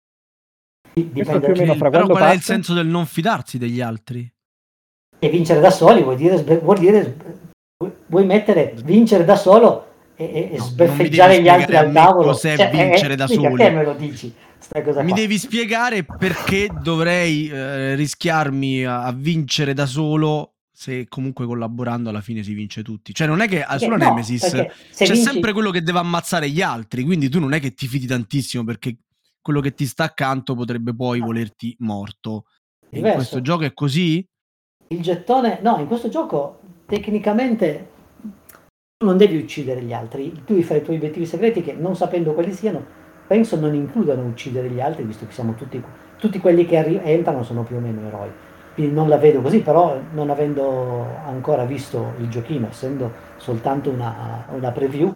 Questo Dipende più o meno Che- fra però quando qual è il passa? senso del non fidarsi degli altri? e vincere da soli vuol dire, sbe- vuol dire vuoi- vuoi mettere vincere da solo e, e- e No, non mi sbeffeggiare devi gli altri spiegare a al me tavolo. cos'è Cioè, eh, vincere eh, da mica soli. te me lo dici sta cosa Mi qua. devi spiegare perché dovrei eh, rischiarmi a, a vincere da solo se comunque collaborando alla fine si vince tutti. Cioè non è che ah, Perché- sulla no, Nemesis perché se c'è vinci- sempre quello che deve ammazzare gli altri, quindi tu non è che ti fidi tantissimo perché quello che ti sta accanto potrebbe poi No. volerti morto. E in Diverso. questo gioco è così? Il gettone, no, in questo gioco tecnicamente tu non devi uccidere gli altri, tu devi fare i tuoi obiettivi segreti che, non sapendo quali siano, penso non includano uccidere gli altri, visto che siamo tutti, tutti quelli che arri- entrano sono più o meno eroi. Quindi non la vedo così, però non avendo ancora visto il giochino, essendo soltanto una, una preview,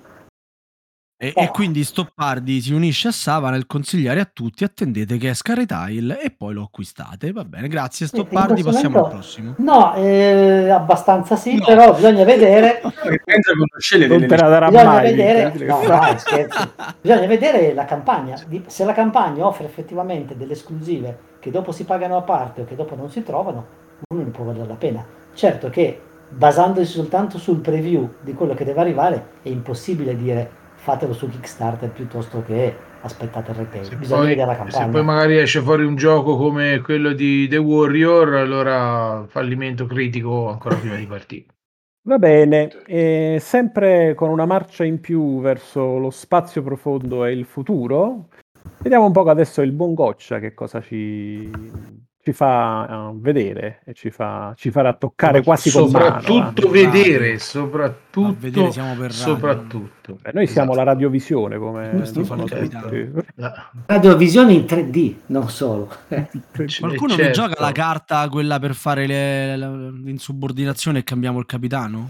E, Oh. e quindi Stoppardi si unisce a Sava nel consigliare a tutti: attendete che esca Retail e poi lo acquistate. Va bene, grazie in Stoppardi, questo passiamo al momento- prossimo. no, eh, abbastanza sì, No. però bisogna vedere... Pensa che uno sceglie Non delle te la darà Bisogna mai. vedere, incredibile no, che dai, fa. scherzi. Bisogna vedere la campagna. Di- Se la campagna offre effettivamente delle esclusive che dopo si pagano a parte o che dopo non si trovano, uno ne può valere la pena. Certo che basandosi soltanto sul preview di quello che deve arrivare è impossibile dire fatelo su Kickstarter piuttosto che aspettate il retail. Se Bisogna poi, vedere la se campagna. poi magari esce fuori un gioco come quello di The Warrior, allora fallimento critico ancora prima di partire. Va bene, e sempre con una marcia in più verso lo spazio profondo e il futuro, vediamo un po' adesso il buon Goccia che cosa ci, ci fa uh, vedere e ci, fa, ci farà toccare quasi con mano. Soprattutto eh. vedere, Radio. soprattutto, A vedere, siamo per radio. soprattutto. Beh, noi siamo Esatto. la radiovisione, come Questo dicono fa il tutti. Ah, Radiovisione in tre D, non solo. Qualcuno eh, mi certo. gioca la carta, quella per fare le- le- l'insubordinazione e cambiamo il capitano?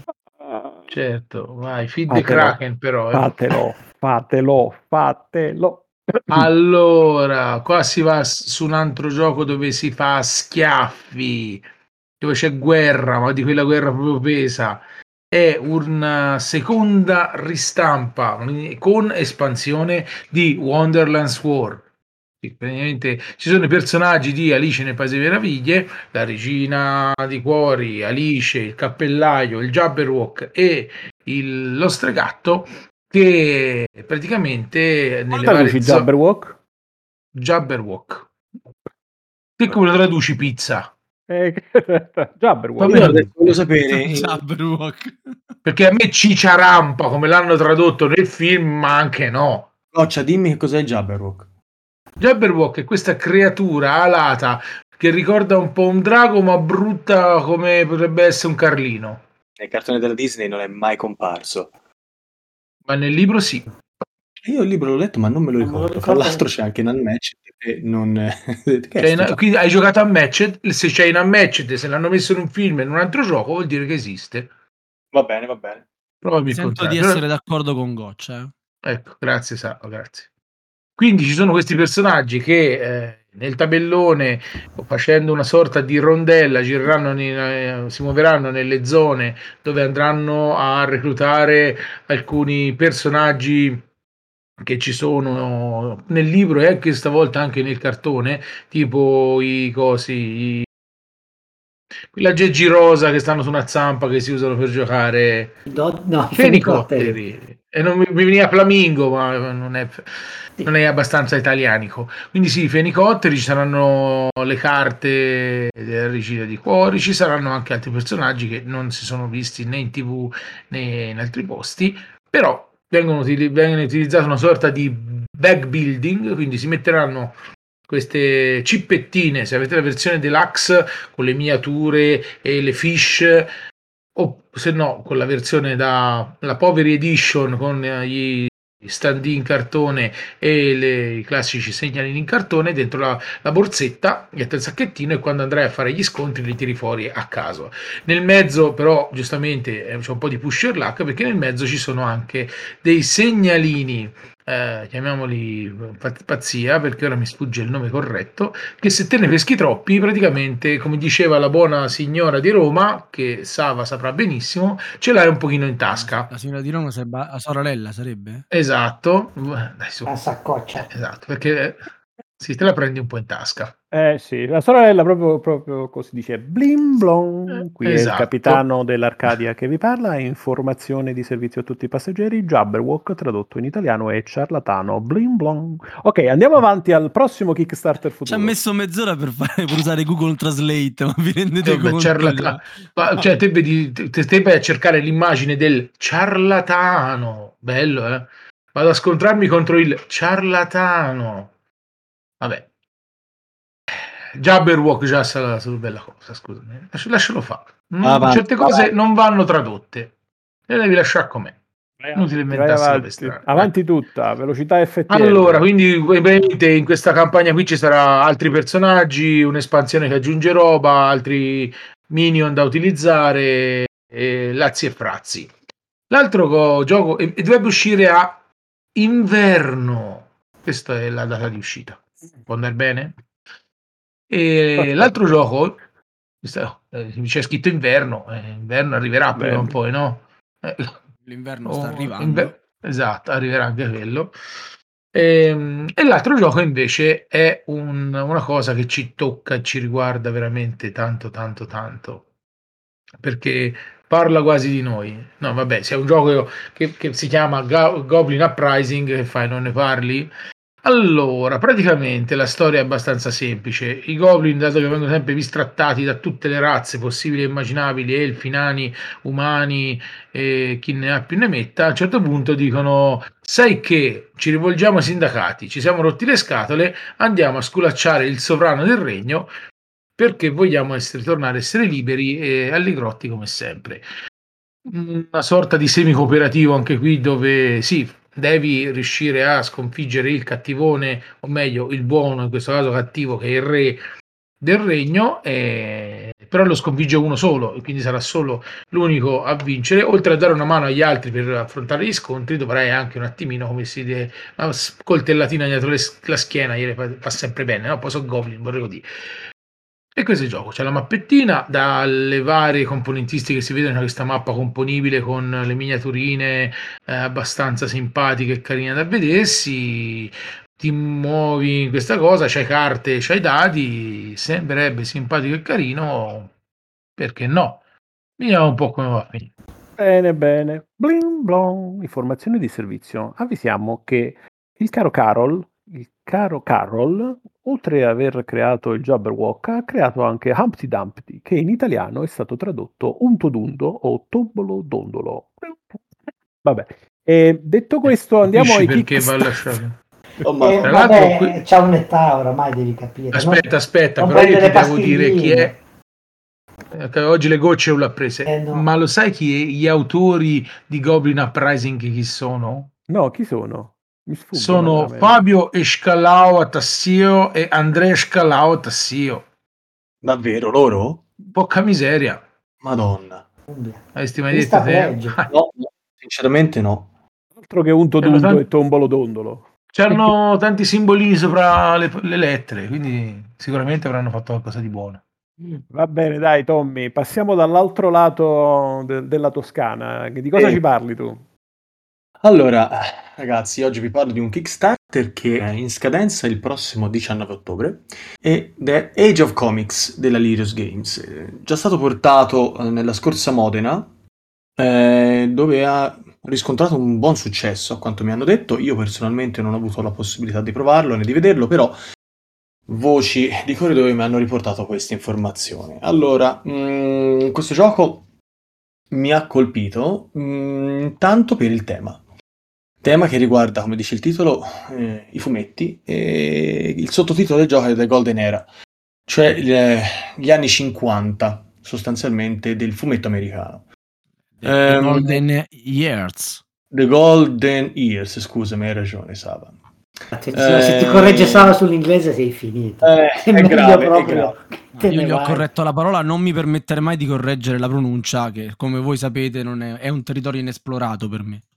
Certo, vai, feed the Fatelo, Kraken però. Eh. fatelo, fatelo, fatelo. Allora, qua si va s- su un altro gioco dove si fa schiaffi, dove c'è guerra, ma di quella guerra proprio pesa. È una seconda ristampa con espansione di Wonderland's War. Sì, praticamente ci sono i personaggi di Alice nel Paese delle Meraviglie, la regina di cuori, Alice, il cappellaio, il Jabberwock e il- lo stregatto che praticamente Come nelle traduci varie zone Jabberwock? Jabberwock. Che come lo traduci pizza? Eh, Jabberwock. Vabbè, Io adesso voglio sapere, eh, Jabberwock. perché a me cicciarampa come l'hanno tradotto nel film, ma anche no. Goccia, dimmi che cos'è il Jabberwock. Jabberwock è questa creatura alata che ricorda un po' un drago, ma brutta come potrebbe essere un carlino. Nel cartone della Disney non è mai comparso. Ma nel libro sì. Io il libro l'ho letto, ma non me lo Non me lo ricordo. Fra ricordo. l'altro c'è anche in Unmatched e non... che è Cioè, sto in- gioco? quindi hai giocato a Matched, se c'è in Unmatched, se l'hanno messo in un film e in un altro gioco, vuol dire che esiste. Va bene, va bene. Probabilmente il Sento di contrario. essere d'accordo con Goccia. eh. Ecco, grazie Saro, grazie. Quindi ci sono questi personaggi che eh, nel tabellone, facendo una sorta di rondella, gireranno, ne- eh, si muoveranno nelle zone dove andranno a reclutare alcuni personaggi che ci sono nel libro e anche stavolta anche nel cartone, tipo i cosi, i- quella geggi rosa che stanno su una zampa che si usano per giocare. Do- no, i Fenicotteri. fenicotteri. E non mi, mi veniva flamingo, ma non è, Sì. non è abbastanza italianico. Quindi sì, i fenicotteri, ci saranno le carte della regina di cuori, ci saranno anche altri personaggi che non si sono visti né in tv né in altri posti, però vengono, utili- vengono utilizzate una sorta di bag building, quindi si metteranno queste cippettine, se avete la versione deluxe con le miniature e le fish, o se no con la versione da la Poveri Edition con gli stand in cartone e le, i classici segnalini in cartone dentro la, la borsetta, metti il sacchettino e quando andrai a fare gli scontri li tiri fuori a caso. Nel mezzo però giustamente c'è un po' di pusher luck, perché nel mezzo ci sono anche dei segnalini, eh, chiamiamoli pazzia perché ora mi sfugge il nome corretto, che se te ne peschi troppi praticamente, come diceva la buona signora di Roma, che Sava saprà benissimo, ce l'hai un pochino in tasca. La signora di Roma sarebbe la sorella, sarebbe? Esatto. Dai, su. La saccoccia. Eh, esatto, perché si te la prendi un po' in tasca. Eh sì, la sorella proprio, proprio così dice blim blong. Qui esatto. È il capitano dell'Arcadia che vi parla. Informazione di servizio a tutti i passeggeri. Jabberwock tradotto in italiano è ciarlatano. Blim blong. Ok, andiamo avanti al prossimo Kickstarter futuro. Ci ha messo mezz'ora per, fare, per usare Google Translate, ma vi rendete eh, conto? Ciarlata- ma, cioè te vedi, te, te vai a cercare l'immagine del ciarlatano, bello, eh? Vado a scontrarmi contro il ciarlatano. Vabbè. Jabberwock già sarà una bella cosa, scusami. Lascialo fare. Avanti, Certe cose avanti. non vanno tradotte. Le devi lasciare com'è. Inutile Vai inventarsi avanti, strane. avanti tutta, velocità F T L. Allora, quindi ovviamente in questa campagna qui ci sarà altri personaggi, un'espansione che aggiunge roba, altri minion da utilizzare, e lazzi e frazzi. L'altro co- gioco e, e dovrebbe uscire a inverno. Questa è la data di uscita. Può andare bene? E l'altro gioco, eh, c'è scritto inverno, eh, inverno arriverà prima Bene. o poi, no? Eh, L'inverno oh, sta arrivando. inver- esatto, arriverà anche quello. E, e l'altro gioco invece è un- una cosa che ci tocca e ci riguarda veramente tanto, tanto, tanto, perché parla quasi di noi. No, vabbè, se è un gioco che, che si chiama Go- Goblin Uprising, che fai, non ne parli? Allora, praticamente la storia è abbastanza semplice. I goblin, dato che vengono sempre bistrattati da tutte le razze possibili e immaginabili, elfi, nani, umani e chi ne ha più ne metta, a un certo punto dicono: sai che ci rivolgiamo ai sindacati, ci siamo rotti le scatole, andiamo a sculacciare il sovrano del regno perché vogliamo essere, tornare a essere liberi e alligrotti come sempre. Una sorta di semi-cooperativo anche qui, dove sì, devi riuscire a sconfiggere il cattivone, o meglio il buono, in questo caso cattivo, che è il re del regno, eh, però lo sconfigge uno solo e quindi sarà solo l'unico a vincere. Oltre a dare una mano agli altri per affrontare gli scontri, dovrai anche un attimino, come si dice, una coltellatina dietro le- la schiena, gliele fa, fa sempre bene, no? Poi sono goblin, vorrei dire. E questo è il gioco, c'è la mappettina, dalle varie componentistiche si vedono questa mappa componibile con le miniaturine eh, abbastanza simpatiche e carine da vedersi, ti muovi in questa cosa, c'hai carte, c'hai dadi, sembrerebbe simpatico e carino, perché no? Vediamo un po' come va a finire. Bene, bene. Bling blong. Informazioni di servizio. Avvisiamo che il caro Carol, il caro Carol, oltre ad aver creato il Jabberwock, ha creato anche Humpty Dumpty, che in italiano è stato tradotto Unto Dundo o Tombolo Dondolo. Vabbè. E detto questo, andiamo Capisci ai perché va Kickstarter. lasciato? Oh, ma- Eh, Tra l'altro vabbè, qui- c'ha un'età oramai, devi capire. Aspetta, non, aspetta, non però io prende ti le devo dire chi è. pastilline. Eh, Oggi le gocce non l'ha prese, Eh, no. ma lo sai chi gli autori di Goblin Uprising chi sono? No, chi sono? Mi sfuggono Sono veramente. Fabio Escalao Tassio e Andrea Escalao Tassio. Davvero, loro? Porca miseria, Madonna. avresti mai Vista detto te? pregio. No, no, sinceramente no. Altro che Unto C'hanno Dundo tanti- e Tombolo Dondolo. C'hanno tanti simbolini sopra le, le lettere, quindi sicuramente avranno fatto qualcosa di buono. Va bene, dai, Tommy, passiamo dall'altro lato de- della Toscana. Di cosa Sì. ci parli tu? Allora, ragazzi, oggi vi parlo di un Kickstarter che è in scadenza il prossimo diciannove ottobre ed è Age of Comics della Lirios Games. È già stato portato eh, nella scorsa Modena, eh, dove ha riscontrato un buon successo, a quanto mi hanno detto. Io personalmente non ho avuto la possibilità di provarlo né di vederlo, però voci di corridoio mi hanno riportato questa informazione. Allora, mh, questo gioco mi ha colpito mh, tanto per il tema. Tema che riguarda, come dice il titolo, eh, i fumetti, e il sottotitolo del gioco è The Golden Era, cioè le- gli anni cinquanta sostanzialmente del fumetto americano. The, the Ehm, Golden Years. The Golden Years, scusami, hai ragione, Sava. Attenzione, se ti corregge Sava sull'inglese sei finito. Eh, è, è meglio grave, è proprio grave. che No, te io ne gli ho vai. corretto la parola, non mi permettere mai di correggere la pronuncia, che come voi sapete non è, è un territorio inesplorato per me.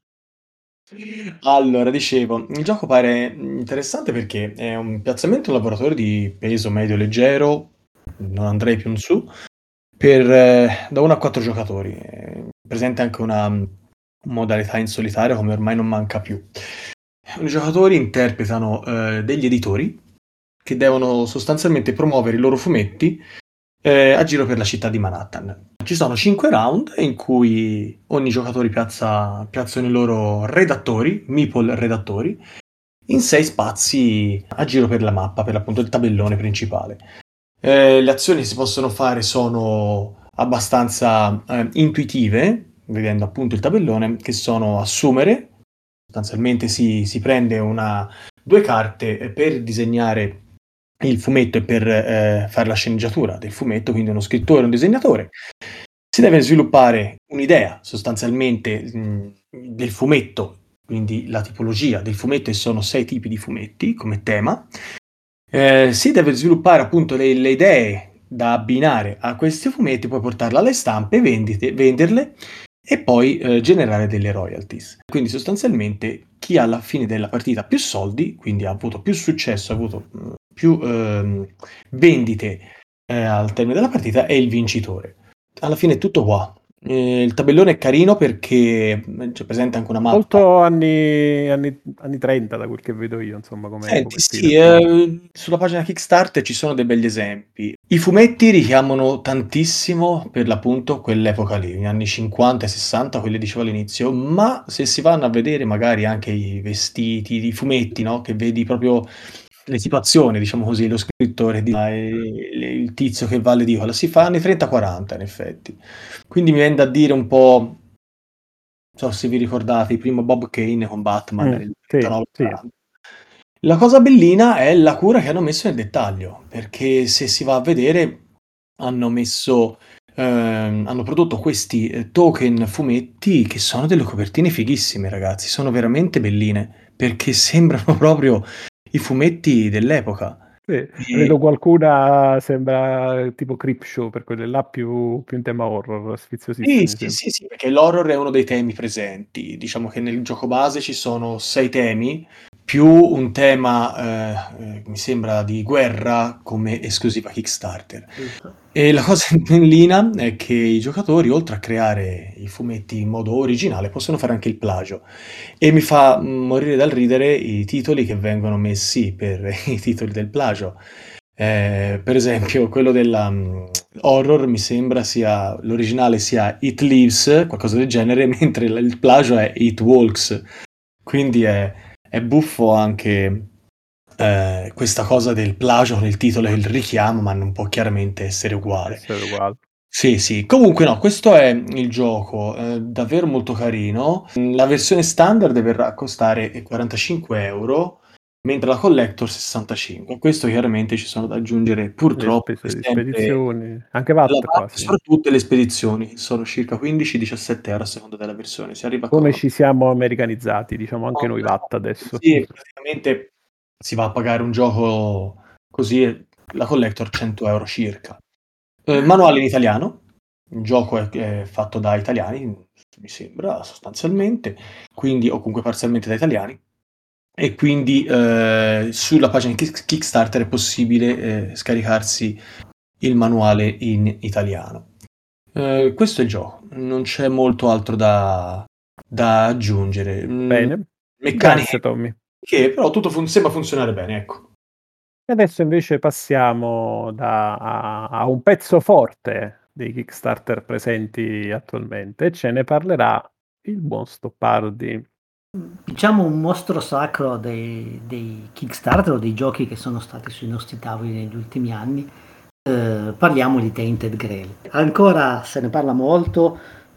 Allora, dicevo, il gioco pare interessante perché è un piazzamento un lavoratore di peso medio-leggero, non andrei più in su, per, eh, da uno a quattro giocatori. È presente anche una mm, modalità in solitario come ormai non manca più. I giocatori interpretano eh, degli editori che devono sostanzialmente promuovere i loro fumetti eh, a giro per la città di Manhattan. Ci sono cinque round in cui ogni giocatore piazza, piazzano i loro redattori, meeple redattori, in sei spazi a giro per la mappa, per appunto il tabellone principale. Eh, le azioni che si possono fare sono abbastanza eh, intuitive, vedendo appunto il tabellone, che sono assumere, sostanzialmente si, si prende una, due carte per disegnare il fumetto e per eh, fare la sceneggiatura del fumetto, quindi uno scrittore, un disegnatore. Si deve sviluppare un'idea sostanzialmente mh, del fumetto, quindi la tipologia del fumetto, e sono sei tipi di fumetti come tema. Eh, si deve sviluppare appunto le, le idee da abbinare a questi fumetti, poi portarle alle stampe, vendite, venderle e poi eh, generare delle royalties. Quindi sostanzialmente chi ha alla fine della partita più soldi, quindi ha avuto più successo, ha avuto mh, più ehm, vendite eh, al termine della partita, è il vincitore. Alla fine è tutto qua. Eh, il tabellone è carino perché c'è presente anche una mappa. Molto anni, anni, anni trenta da quel che vedo io, insomma, come Senti, copertina. sì, eh, sulla pagina Kickstarter ci sono dei begli esempi. I fumetti richiamano tantissimo per l'appunto quell'epoca lì, gli anni cinquanta e sessanta, quelli dicevo all'inizio, ma se si vanno a vedere magari anche i vestiti, i fumetti, no? Che vedi proprio l'equipazione, diciamo così, lo scrittore, di- il tizio che va all'edicola, si fa anni trenta quaranta in effetti. Quindi mi viene da dire un po', non so se vi ricordate, il primo Bob Kane con Batman Mm, nel sì, trentanove sì. quaranta. La cosa bellina è la cura che hanno messo nel dettaglio, perché se si va a vedere hanno messo ehm, hanno prodotto questi eh, token fumetti che sono delle copertine fighissime, ragazzi, sono veramente belline, perché sembrano proprio i fumetti dell'epoca. Sì, E- vedo qualcuna sembra tipo Creepshow, per quelle là più, più in tema horror, Sì, sfiziosissimi. sì, Sì. sì, sì, perché l'horror è uno dei temi presenti. Diciamo che nel gioco base ci sono sei temi, più un tema, eh, eh, mi sembra, di guerra come esclusiva Kickstarter. Giusto. E la cosa bellina è che i giocatori, oltre a creare i fumetti in modo originale, possono fare anche il plagio. E mi fa mm, morire dal ridere i titoli che vengono messi per i titoli del plagio. Eh, per esempio, quello della mm, horror mi sembra sia l'originale sia It Lives, qualcosa del genere, mentre il il plagio è It Walks. Quindi è, è buffo anche eh, questa cosa del plagio con il titolo e il richiamo, ma non può chiaramente essere uguale. Essere uguale. Sì, sì. Comunque no, questo è il gioco, eh, davvero molto carino. La versione standard verrà a costare quarantacinque euro, mentre la collector sessantacinque. Questo chiaramente ci sono da aggiungere Le purtroppo spese di sempre spedizioni, anche la V A T V A T, quasi. soprattutto le spedizioni, sono circa quindici diciassette euro a seconda della versione. Si arriva Come con... ci siamo americanizzati, diciamo anche noi V A T adesso. Sì, praticamente si va a pagare un gioco così, e la collector cento euro circa. Eh, manuale in italiano, il gioco è, è fatto da italiani, mi sembra, sostanzialmente, quindi, o comunque parzialmente da italiani, e quindi eh, sulla pagina Kick- Kickstarter è possibile eh, scaricarsi il manuale in italiano. Eh, questo è il gioco, non c'è molto altro da, da aggiungere. Mm, Bene, meccaniche grazie Tommy. che però tutto fun- sembra funzionare bene, ecco. E adesso invece passiamo da- a, a un pezzo forte dei Kickstarter presenti attualmente e ce ne parlerà il buon Stoppardi. Diciamo un mostro sacro dei, dei Kickstarter o dei giochi che sono stati sui nostri tavoli negli ultimi anni. Eh, parliamo di Tainted Grail. Ancora se ne parla molto,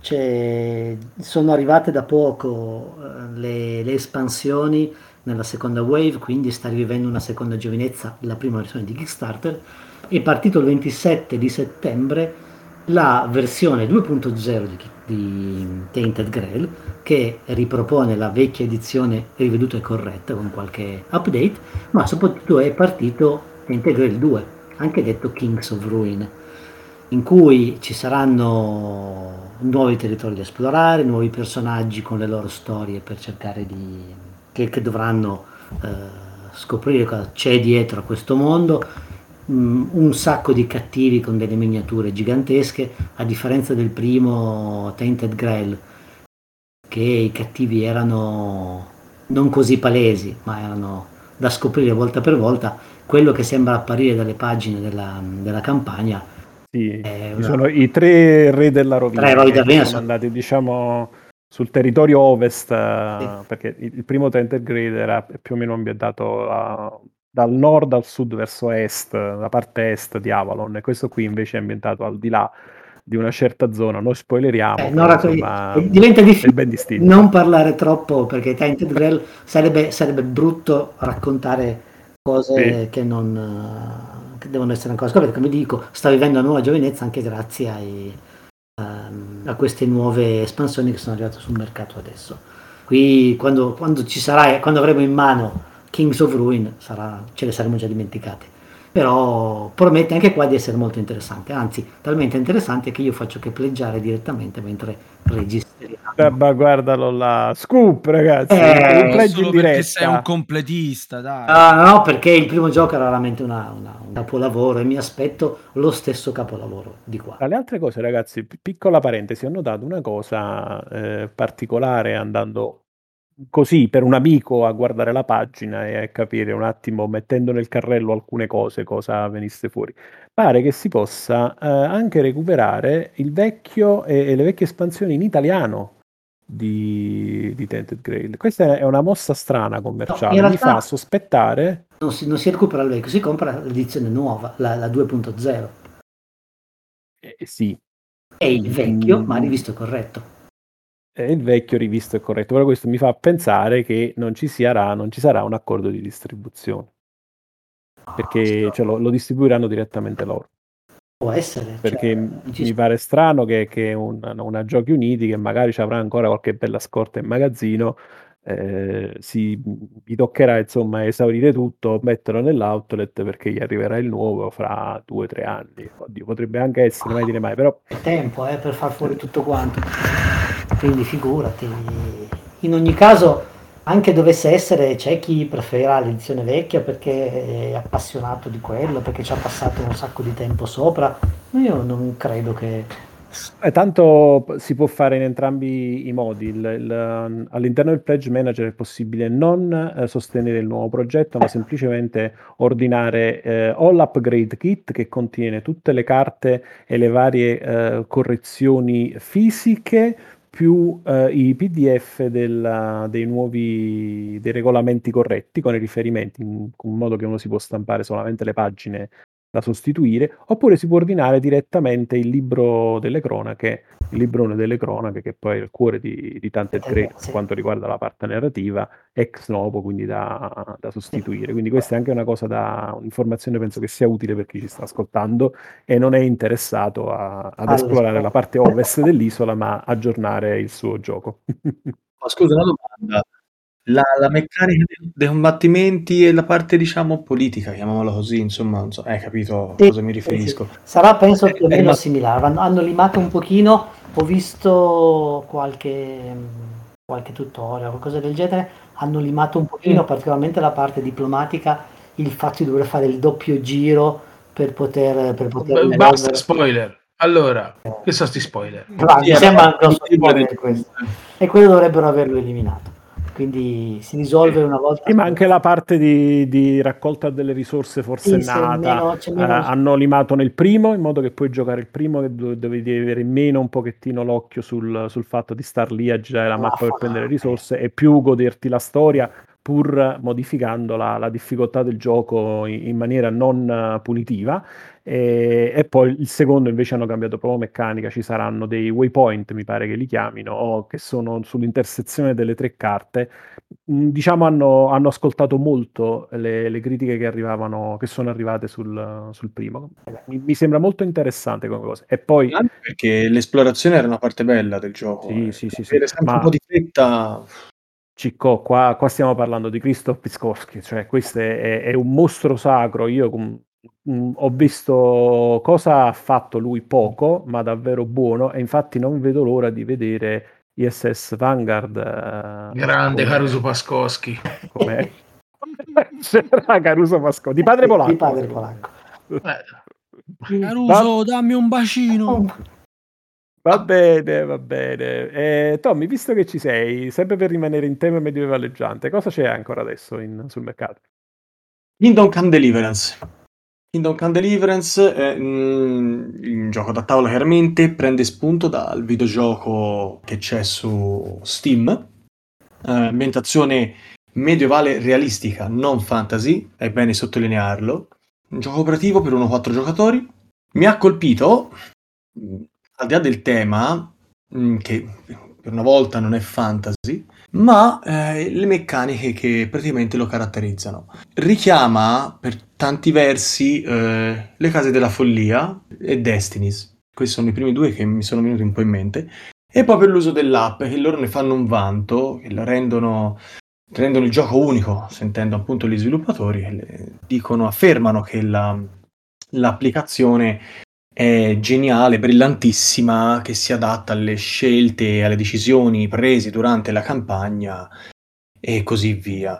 c'è- sono arrivate da poco eh, le, le espansioni nella seconda wave, quindi sta rivivendo una seconda giovinezza la prima versione di Kickstarter. È partito il ventisette di settembre la versione due punto zero di, di Tainted Grail, che ripropone la vecchia edizione riveduta e corretta con qualche update, ma soprattutto è partito Tainted Grail due, anche detto Kings of Ruin, in cui ci saranno nuovi territori da esplorare, nuovi personaggi con le loro storie per cercare di che, che dovranno eh, scoprire cosa c'è dietro a questo mondo. Mm, un sacco di cattivi con delle miniature gigantesche, a differenza del primo Tainted Grail, che i cattivi erano non così palesi, ma erano da scoprire volta per volta. Quello che sembra apparire dalle pagine della, della campagna Sì, è ci una... sono i tre re della rovina, Tre eroi che, della che rovina sono sono- andati, diciamo, sul territorio ovest, eh, Sì. perché il, il primo Tainted Grail era più o meno ambientato a- dal nord al sud verso est, la parte est di Avalon, e questo qui invece è ambientato al di là di una certa zona. Non spoileriamo, Eh, non però raccogli- insomma eh, diventa è difficile ben distinto. non parlare troppo, perché Tainted Grail sarebbe, sarebbe brutto raccontare cose Sì. che non eh, che devono essere ancora scoperte. Come dico, sta vivendo una nuova giovinezza anche grazie ai, ehm, a queste nuove espansioni che sono arrivate sul mercato adesso. Qui quando, quando ci sarà, quando avremo in mano Kings of Ruin, sarà, ce le saremo già dimenticate. Però promette anche qua di essere molto interessante, anzi talmente interessante che io faccio che pleggiare direttamente mentre registriamo. Eh, ma guardalo là, scoop ragazzi, il, il Eh, pledge in Solo perché sei un diretta. completista, dai. no, no, perché il primo gioco era veramente una- una- un capolavoro e mi aspetto lo stesso capolavoro di qua. Tra le altre cose, ragazzi, pi- piccola parentesi, ho notato una cosa eh, particolare andando così per un amico a guardare la pagina e a capire un attimo, mettendo nel carrello alcune cose, cosa venisse fuori. Pare che si possa eh, anche recuperare il vecchio e, e le vecchie espansioni in italiano di, di Tainted Grail. Questa è una mossa strana No, commerciale, in mi fa realtà sospettare. non si, non si recupera il vecchio, si compra l'edizione nuova, la, la due punto zero. Eh, sì. È il vecchio, ma Mm, rivisto e corretto. è il vecchio rivisto e corretto, però questo mi fa pensare che non ci sarà, non ci sarà un accordo di distribuzione, perché cioè, lo, lo distribuiranno direttamente loro. Può essere, cioè, Perché non ci mi so- pare strano che, che una, una Giochi Uniti, che magari ci avrà ancora qualche bella scorta in magazzino, eh, si, gli toccherà insomma esaurire tutto, metterlo nell'outlet perché gli arriverà il nuovo fra due o tre anni. Oddio, potrebbe anche essere, mai dire mai, però È tempo eh, per far fuori tutto quanto, quindi figurati. In ogni caso, anche dovesse essere, c'è chi preferirà l'edizione vecchia perché è appassionato di quello, perché ci ha passato un sacco di tempo sopra. Io non credo che... Eh, tanto p- si può fare in entrambi i modi. Il- il- all'interno del Pledge Manager è possibile non eh, sostenere il nuovo progetto, ma semplicemente ordinare eh, o l'Upgrade Kit, che contiene tutte le carte e le varie eh, correzioni fisiche, più eh, i P D F della- dei nuovi dei regolamenti corretti con i riferimenti, in, in modo che uno si può stampare solamente le pagine da sostituire, oppure si può ordinare direttamente il libro delle cronache, il librone delle cronache, che poi è il cuore di, di Tainted Grail per Sì. quanto riguarda la parte narrativa, ex novo, quindi da, da Sì. sostituire. Quindi questa è anche una cosa da un'informazione, penso che sia utile per chi ci sta ascoltando e non è interessato a- ad Alle esplorare la spalle. parte ovest dell'isola, ma aggiornare il suo gioco. Ma scusa, una domanda. La, la meccanica dei, dei combattimenti e la parte, diciamo, politica, chiamiamola così, insomma, non so, hai capito a Sì, cosa mi sì, sì. riferisco. Sarà penso È, più o è meno rimasto... similare. Hanno, hanno limato un pochino, ho visto qualche, qualche tutorial, qualcosa del genere, hanno limato un pochino, Mm. particolarmente la parte diplomatica, il fatto di dover fare il doppio giro per poter, per poter B- Basta risolvere. spoiler. Allora, che sono sti spoiler? Ma Sì, mi è la sembra un parte grosso visiva del spoiler gioco. questo. E quello dovrebbero averlo eliminato. Quindi si risolve una volta. Sì, ma anche la parte di, di raccolta delle risorse forse è Sì, se nata. meno, c'è Eh, meno. hanno limato nel primo, in modo che puoi giocare il primo, che do- dovevi avere meno un pochettino l'occhio sul, sul fatto di star lì a girare la mappa per prendere Vaffanculo. risorse e più goderti la storia. pur modificando la, la difficoltà del gioco in, in maniera non uh, punitiva. E, e poi il secondo invece hanno cambiato proprio meccanica, ci saranno dei waypoint, mi pare che li chiamino, o che sono sull'intersezione delle tre carte. Mm, diciamo hanno, hanno ascoltato molto le, le critiche che arrivavano, che sono arrivate sul, sul primo. Mi, mi sembra molto interessante come cosa. E poi Anche perché l'esplorazione era una parte bella del gioco. sì, eh. sì, sì, sì, Avere sempre ma un po' di fretta. Cicco, qua, qua stiamo parlando di Krzysztof Piskowski, cioè questo è, è un mostro sacro. Io com- mm, ho visto cosa ha fatto lui poco, ma davvero buono, e infatti non vedo l'ora di vedere I S S Vanguard. eh, Grande come, Caruso Pascoschi. come... C'era Caruso Pascò, di padre Di- di polacco. padre polacco. Eh, Va, Caruso, dammi un bacino. va bene, va bene. Eh, Tommy, visto che ci sei, sempre per rimanere in tema medioevaleggiante, cosa c'è ancora adesso in- sul mercato? Kingdom Come Deliverance. Kingdom Come Deliverance è mm, un gioco da tavola, chiaramente prende spunto dal videogioco che c'è su Steam, eh, ambientazione medievale realistica, non fantasy, è bene sottolinearlo. Un gioco operativo per uno quattro giocatori. Mi ha colpito, mm, al di là del tema, mm, che per una volta non è fantasy, ma eh, le meccaniche che praticamente lo caratterizzano. Richiama per tanti versi eh, le case della follia e Destinies. Questi sono i primi due che mi sono venuti un po' in mente. E poi per l'uso dell'app, che loro ne fanno un vanto, che lo rendono, rendono il gioco unico, sentendo appunto gli sviluppatori, che le- dicono, affermano che la- l'applicazione è geniale, brillantissima, che si adatta alle scelte e alle decisioni prese durante la campagna e così via.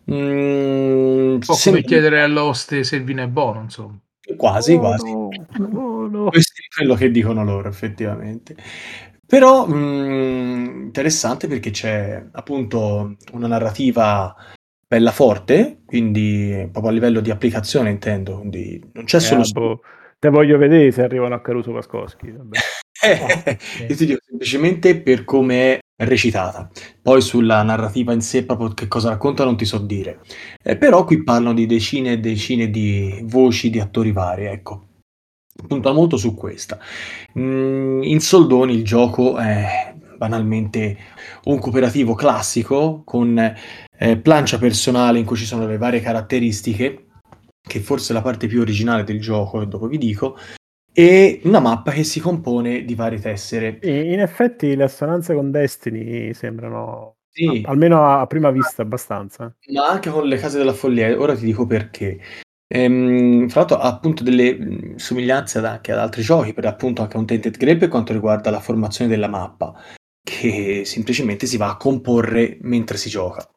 Mm, un po' come sembra- chiedere all'oste se il vino è buono, insomma. quasi, Oh quasi. no, oh no. Questo è quello che dicono loro, effettivamente. Però mm, interessante perché c'è appunto una narrativa bella forte, quindi proprio a livello di applicazione intendo, quindi non c'è Eh, solo... boh, te voglio vedere se arrivano a Caruso Pascoschi. Vabbè. Eh, io ti dico semplicemente per come è recitata. Poi sulla narrativa in sé, proprio che cosa racconta, non ti so dire. Eh, però qui parlano di decine e decine di voci di attori vari, ecco. Punta molto su questa. Mm, in soldoni il gioco è banalmente un cooperativo classico con eh, plancia personale in cui ci sono le varie caratteristiche, che forse è la parte più originale del gioco, e dopo vi dico, e una mappa che si compone di varie tessere. E in effetti le assonanze con Destiny sembrano, Sì, a- almeno a prima vista, abbastanza. ma anche con le case della follia, ora ti dico perché. Ehm, fra l'altro ha appunto delle mh, somiglianze ad- anche ad altri giochi, per appunto anche a un Tainted Grail per quanto riguarda la formazione della mappa, che semplicemente si va a comporre mentre si gioca.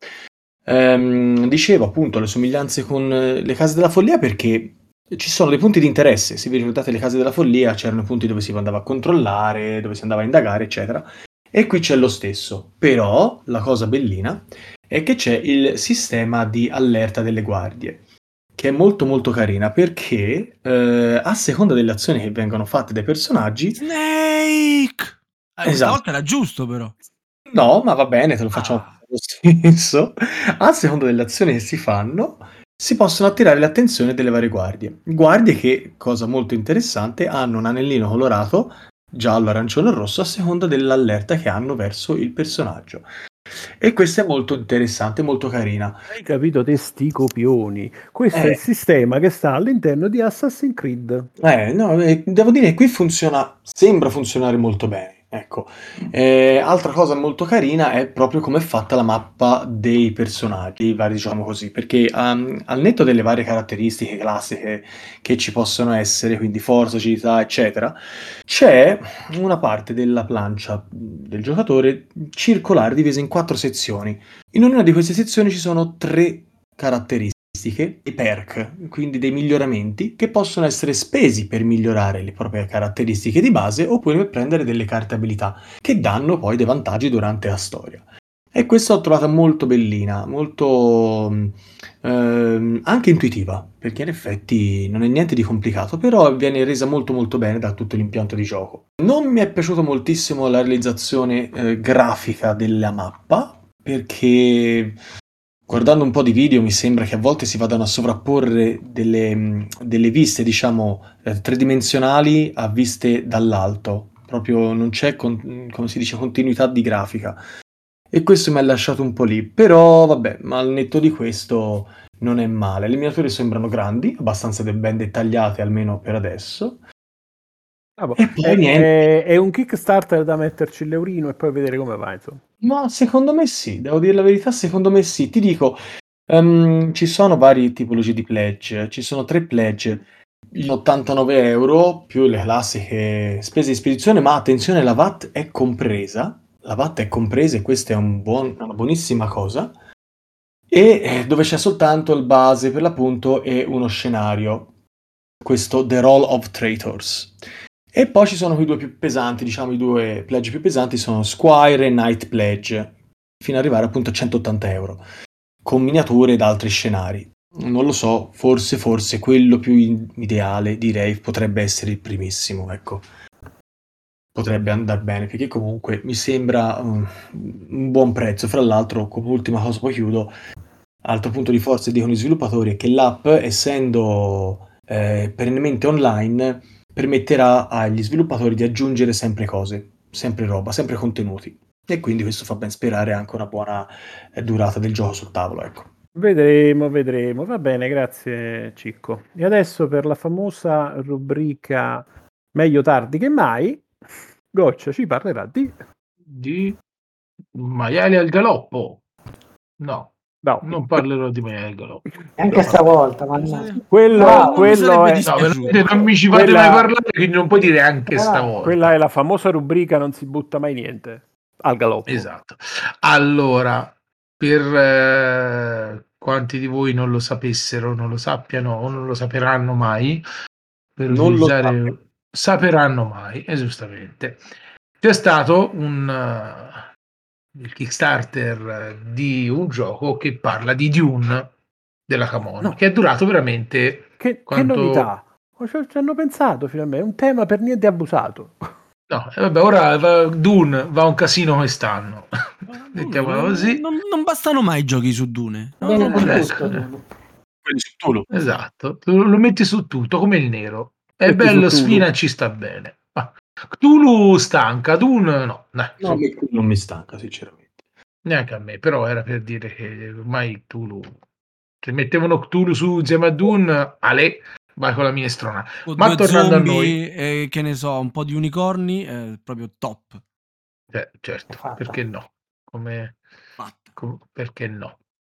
Ehm, dicevo appunto le somiglianze con eh, le case della follia perché ci sono dei punti di interesse. Se vi ricordate le case della follia, c'erano punti dove si andava a controllare, dove si andava a indagare, eccetera. E qui c'è lo stesso. Però la cosa bellina è che c'è il sistema di allerta delle guardie, che è molto molto carina perché eh, a seconda delle azioni che vengono fatte dai personaggi, Snake! Eh, questa esatto. volta era giusto però. No, ma va bene, te lo facciamo Ah. lo stesso. A seconda delle azioni che si fanno, si possono attirare l'attenzione delle varie guardie. Guardie che, cosa molto interessante, hanno un anellino colorato giallo, arancione o rosso a seconda dell'allerta che hanno verso il personaggio. E questo è molto interessante, molto carina. Hai capito te sti copioni? Questo è Eh, il sistema che sta all'interno di Assassin's Creed. eh, no, eh, devo dire che qui funziona, sembra funzionare molto bene. Ecco, Eh, altra cosa molto carina è proprio come è fatta la mappa dei personaggi, vari, diciamo così, perché um, al netto delle varie caratteristiche classiche che ci possono essere, quindi forza, agilità, eccetera, c'è una parte della plancia del giocatore circolare divisa in quattro sezioni. In ognuna di queste sezioni ci sono tre caratteristiche, dei perk, quindi dei miglioramenti che possono essere spesi per migliorare le proprie caratteristiche di base oppure per prendere delle carte abilità che danno poi dei vantaggi durante la storia. E questa l'ho trovata molto bellina, molto ehm, anche intuitiva, perché in effetti non è niente di complicato, però viene resa molto molto bene da tutto l'impianto di gioco. Non mi è piaciuta moltissimo la realizzazione eh, grafica della mappa, perché guardando un po' di video mi sembra che a volte si vadano a sovrapporre delle, mh, delle viste, diciamo, eh, tridimensionali a viste dall'alto. Proprio non c'è, con- come si dice, continuità di grafica. E questo mi ha lasciato un po' lì. Però, vabbè, ma al netto di questo non è male. Le miniature sembrano grandi, abbastanza de- ben dettagliate, almeno per adesso. Ah, boh. E poi È, niente. è- è un Kickstarter da metterci l'eurino e poi vedere come va, insomma. Ma secondo me sì, devo dire la verità, secondo me sì. Ti dico, ehm, ci sono varie tipologie di pledge, ci sono tre pledge, gli ottantanove euro più le classiche spese di spedizione, ma attenzione, la V A T è compresa, la V A T è compresa e questa è un buon- una buonissima cosa, e eh, dove c'è soltanto il base per l'appunto e uno scenario, questo The Roll of Traitors. E poi ci sono i due più pesanti, diciamo i due pledge più pesanti sono Squire e Night Pledge, fino ad arrivare appunto a centottanta euro, con miniature ed altri scenari. Non lo so, forse, forse quello più in- ideale direi potrebbe essere il primissimo, ecco. Potrebbe andare bene, perché comunque mi sembra um, un buon prezzo. Fra l'altro, come ultima cosa poi chiudo, altro punto di forza dicono gli sviluppatori è che l'app, essendo eh, perennemente online, permetterà agli sviluppatori di aggiungere sempre cose, sempre roba, sempre contenuti. E quindi questo fa ben sperare anche una buona eh, durata del gioco sul tavolo, ecco. Vedremo, vedremo. Va bene, grazie Cicco. E adesso per la famosa rubrica Meglio tardi che mai, Goccia ci parlerà di... Di maiali al galoppo. No, No, non parlerò di maiali al galoppo. E anche no. stavolta, mannaggia. Quello, No, non mi quello sarebbe è... No, dispiaciuto. veramente non mi ci fate Quella- mai parlare, quindi non puoi dire anche Ah, stavolta. Quella è la famosa rubrica Non si butta mai niente al galoppo. Esatto. Allora, per eh, quanti di voi non lo sapessero, non lo sappiano o non lo saperanno mai, per Non lo utilizzare sappiano. saperanno mai, eh, giustamente. C'è stato un uh, il Kickstarter di un gioco che parla di Dune della Camon, No. che è durato veramente Che, che quanto... novità! Oh, Ci ci hanno pensato finalmente, è un tema per niente abusato. No, e vabbè, ora va- Dune va un casino quest'anno. Mettiamola Non, così. non- non bastano mai i giochi su Dune. No, Bene no, con no. tutto. Dune. Quelli su Tulu. Esatto, lo, lo metti su tutto come il nero. È Metti su bello, Tulu. sfina e ci sta bene. Ah, Cthulhu stanca, Dune no, dai, No, su, mi- non mi stanca, sinceramente. neanche a me, però era per dire che ormai Cthulhu, se mettevano Cthulhu su insieme a Dune, ale, vai con la minestrona. O Ma due tornando a noi, zombie, e che ne so, un po' di unicorni, è proprio top. eh, certo, Fatta. perché no? Come, Fatta. com- perché no?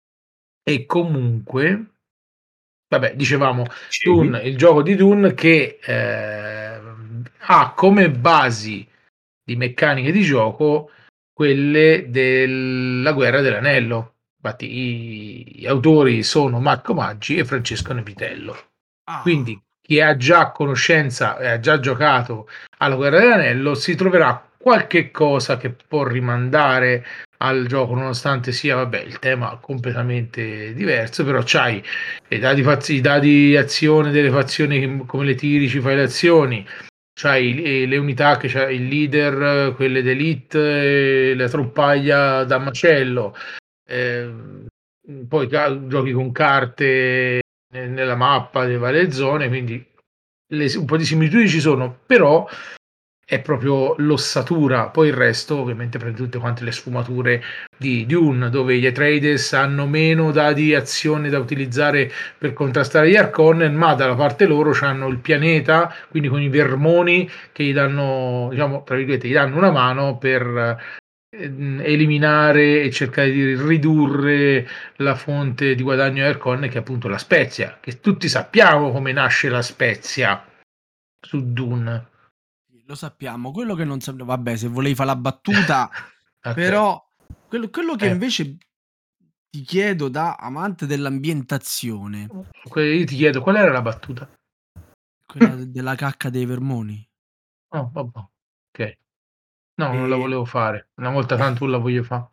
E comunque, vabbè, dicevamo Dune, il gioco di Dune che eh, ha come basi di meccaniche di gioco quelle della Guerra dell'Anello. Infatti i, gli autori sono Marco Maggi e Francesco Nevitello. Ah, Quindi chi ha già conoscenza e ha già giocato alla Guerra dell'Anello si troverà qualche cosa che può rimandare al gioco, nonostante sia vabbè, il tema completamente diverso, però c'hai i dadi, faz- i dadi azione delle fazioni che- come le tiri, ci fai le azioni, c'hai le, le unità che c'hai il leader, quelle d'elite, e la troppaglia da macello, ehm, poi ca- giochi con carte ne- nella mappa delle varie zone, quindi le- un po' di similitudini ci sono, però è proprio l'ossatura, poi il resto ovviamente prende tutte quante le sfumature di Dune, dove gli Atreides hanno meno dadi azione da utilizzare per contrastare gli Harkonnen, ma dalla parte loro hanno il pianeta, quindi con i vermoni che gli danno, diciamo, tra virgolette, gli danno una mano per ehm, eliminare e cercare di ridurre la fonte di guadagno di Harkonnen, che è appunto la spezia, che tutti sappiamo come nasce la spezia su Dune. lo sappiamo. Quello che non sappiamo, vabbè, se volevi fare la battuta, Ok. però quello, quello che Eh. invece ti chiedo da amante dell'ambientazione, Que- Io ti chiedo qual era la battuta? quella de- della cacca dei vermoni. Oh, vabbè. Ok. No, non la E- volevo fare. Una volta tanto la voglio fare.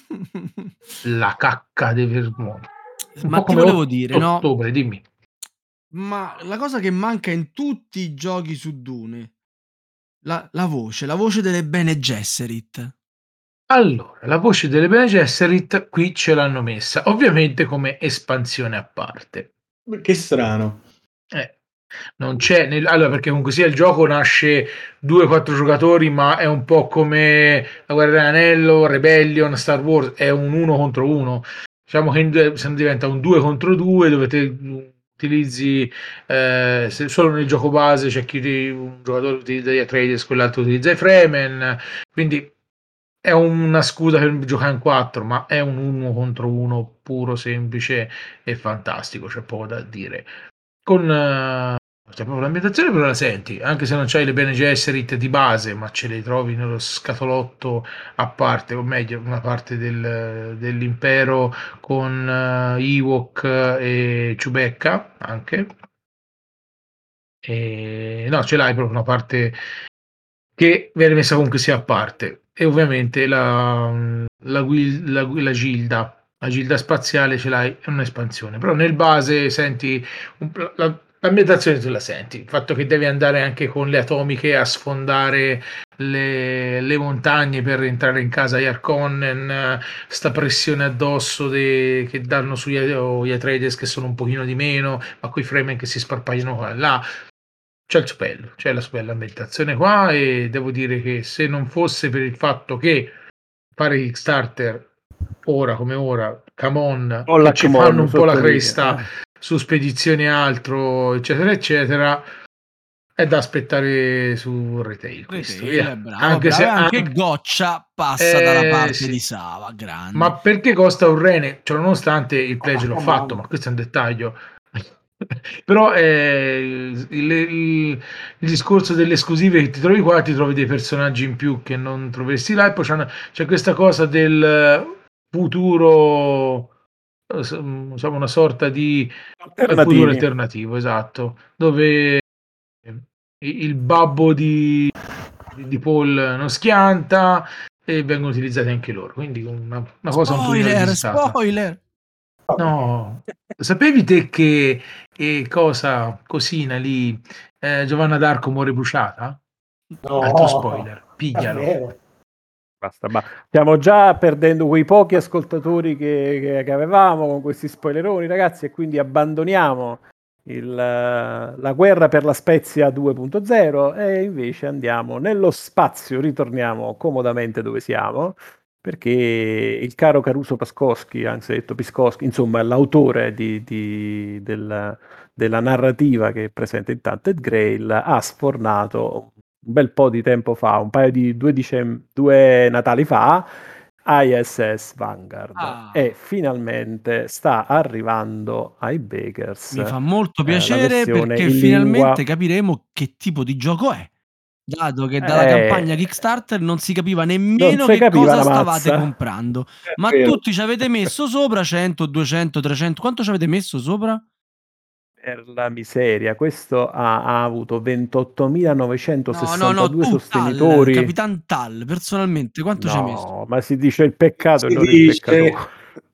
La cacca dei vermoni. Un Ma po' ti come volevo ot- dire, no? ottobre, dimmi. Ma la cosa che manca in tutti i giochi su Dune, la, la voce, la voce delle Bene Gesserit. Allora, la voce delle Bene Gesserit qui ce l'hanno messa, ovviamente come espansione a parte. Che strano. Eh, non c'è nel allora perché comunque sia il gioco nasce due quattro giocatori, ma è un po' come la Guerra dell'Anello, Rebellion, Star Wars, è un uno contro uno. Diciamo che in due- se diventa un due contro due dove te utilizzi eh, se solo nel gioco base c'è chi un giocatore utilizza gli Atreides, quell'altro utilizza i Fremen, quindi è una scusa per giocare in quattro, ma è un uno contro uno puro, semplice e fantastico, c'è poco da dire. Con eh, cioè, proprio l'ambientazione però la senti, anche se non c'hai le Bene Gesserit di base, ma ce le trovi nello scatolotto a parte, o meglio, una parte del, dell'impero con uh, Ewok e Chewbacca anche. E, no, ce l'hai proprio una parte che viene messa comunque sia a parte. E ovviamente la, la, guil- la, la Gilda, la Gilda spaziale ce l'hai, è un'espansione. Però nel base senti un- la, l'ambientazione tu la senti. Il fatto che devi andare anche con le atomiche a sfondare le, le montagne per entrare in casa agli Harkonnen, sta pressione addosso de- che danno sugli o gli Atreides che sono un pochino di meno, ma quei Fremen che si sparpagliano qua e là. C'è il suo bello, c'è la sua bella ambientazione qua e devo dire che se non fosse per il fatto che fare Kickstarter ora come ora, come on, O che la ci fanno Cmon, un po' la sottolinea. cresta su spedizioni e altro, eccetera, eccetera, è da aspettare su retail questo, Retail, via. bravo, Anche bravo. se E anche anche, Goccia passa dalla eh, parte sì. di Sava, grande. Ma perché costa un rene? Cioè, nonostante il pledge l'ho come fatto, on. ma questo è un dettaglio. Però eh, il, il- il discorso delle esclusive che ti trovi qua, ti trovi dei personaggi in più che non troveresti là, e poi c'è, c'è questa cosa del futuro, eh, s- diciamo una sorta di eh, futuro Alternativi. alternativo, esatto, dove il il babbo di, di Paul non schianta e vengono utilizzati anche loro, quindi una, una cosa un pochino Spoiler, rivisitata. spoiler. No, sapevi te che eh, cosa, cosina lì, eh, Giovanna d'Arco muore bruciata? Altro spoiler, No, piglialo. davvero. Basta, ba- stiamo già perdendo quei pochi ascoltatori che, che- che avevamo con questi spoileroni, ragazzi, e quindi abbandoniamo il, eh, la guerra per la Spezia due punto zero e invece andiamo nello spazio, ritorniamo comodamente dove siamo, perché il caro Caruso Pascoschi, anzi detto Piscoschi, insomma l'autore di, di- del- della narrativa che è presente in Tainted Grail, ha sfornato un bel po' di tempo fa, un paio di due, dicem- due Natali fa, I S S Vanguard Ah. e finalmente sta arrivando ai Bakers. Mi fa molto eh, la piacere versione perché in finalmente lingua. capiremo che tipo di gioco è. Dato che dalla Eh, campagna Kickstarter non si capiva non nemmeno si che capiva cosa una stavate mazza. comprando. È Ma vero. tutti ci avete messo sopra cento, duecento, trecento. Quanto ci avete messo sopra? Per la miseria, questo ha, ha avuto No, no, no, ventottomilanovecentosessantadue tu Tal, sostenitori. Capitan Tal, personalmente, quanto ci hai messo? No, ma si dice il peccato e Si non il dice. peccatore.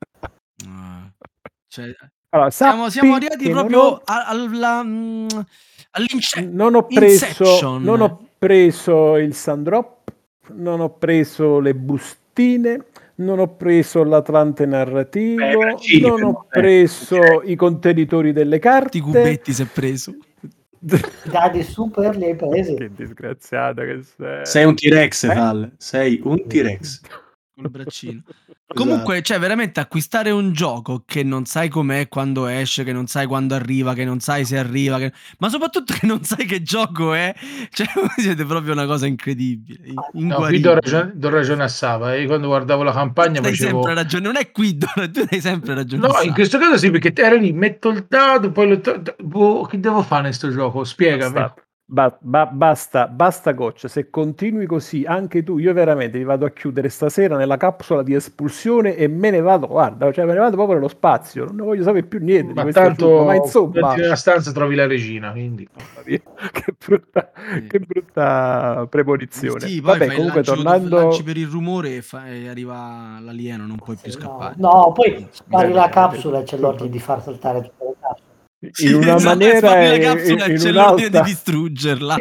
Ah, cioè, Allora, siamo, siamo sappi arrivati che non proprio ho, a- alla, mm, all'ince- non ho preso, Inception. non ho preso il Sandrop, non ho preso le bustine, non ho preso l'Atlante narrativo, Beh, braccini, non però, ho eh. preso i contenitori delle Quanti carte. cubetti si è preso? I dadi super li hai presi. Che disgraziata che sei. Sei un T-Rex, Eh? Tal. Sei un T-Rex. Con il braccino. Esatto. Comunque, cioè, veramente acquistare un gioco che non sai com'è quando esce, che non sai quando arriva, che non sai se arriva, che... ma soprattutto che non sai che gioco è, cioè, siete proprio una cosa incredibile. No, qui do inguaribile. ragione, do ragione a Sava. Io quando guardavo la campagna Tu hai facevo... sempre ragione, non è qui, Dora, tu hai sempre ragione. No, Sava. in questo caso sì, perché te eri lì, metto il dado, poi lo... to- boh, che devo fare in sto gioco? Spiegami. Basta, ba- ba- basta, basta Goccia, se continui così anche tu, io veramente mi vado a chiudere stasera nella capsula di espulsione e me ne vado, guarda, cioè me ne vado proprio nello spazio, non ne voglio sapere più niente di Ma questo tanto gioco, ma insomma, nella stanza trovi la regina, quindi... che brutta, che brutta premonizione. Sì, poi Vabbè, fai il comunque lancio, tornando... lanci per il rumore e, fa- e arriva l'alieno, non puoi più Sì, no, scappare. no, poi spari la Eh, capsula e c'è insomma. l'ordine di far saltare tutte le capsule. Sì, in una esatto, maniera esplondi la e capsula e e in c'è l'ordine di un'altra distruggerla.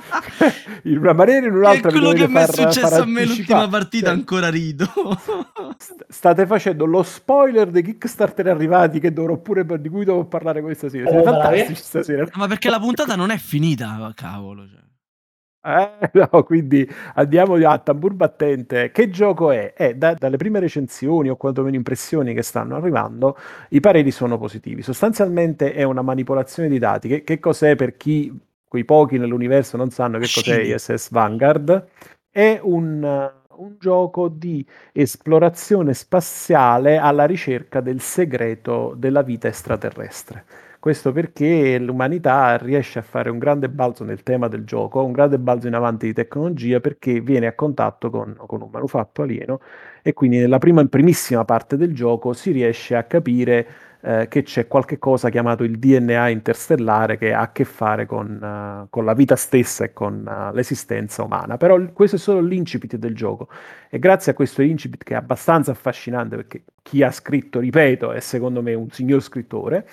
in una maniera e in Che è un'altra mi quello che dovete mi è far far successo a me l'ultima anticipare. partita, Cioè, ancora rido. st- state facendo lo spoiler dei Kickstarter arrivati che dovrò pure di cui devo parlare questa sera. Siete Oh, bravi. fantastici stasera. Ma perché la puntata non è finita, cavolo. Cioè. Eh, no, quindi andiamo a tambur battente. Che gioco è? Eh, da- dalle prime recensioni o quantomeno impressioni che stanno arrivando, i pareri sono positivi. Sostanzialmente è una manipolazione di dati. Che, che cos'è per chi, quei pochi nell'universo non sanno che cos'è Scidi. I S S Vanguard? È un, uh, un gioco di esplorazione spaziale alla ricerca del segreto della vita extraterrestre. Questo perché l'umanità riesce a fare un grande balzo nel tema del gioco, un grande balzo in avanti di tecnologia perché viene a contatto con, con un manufatto alieno e quindi nella prima, primissima parte del gioco si riesce a capire eh, che c'è qualche cosa chiamato il D N A interstellare che ha a che fare con, uh, con la vita stessa e con uh, l'esistenza umana. Però l- questo è solo l'incipit del gioco e grazie a questo incipit che è abbastanza affascinante perché chi ha scritto, ripeto, è secondo me un signor scrittore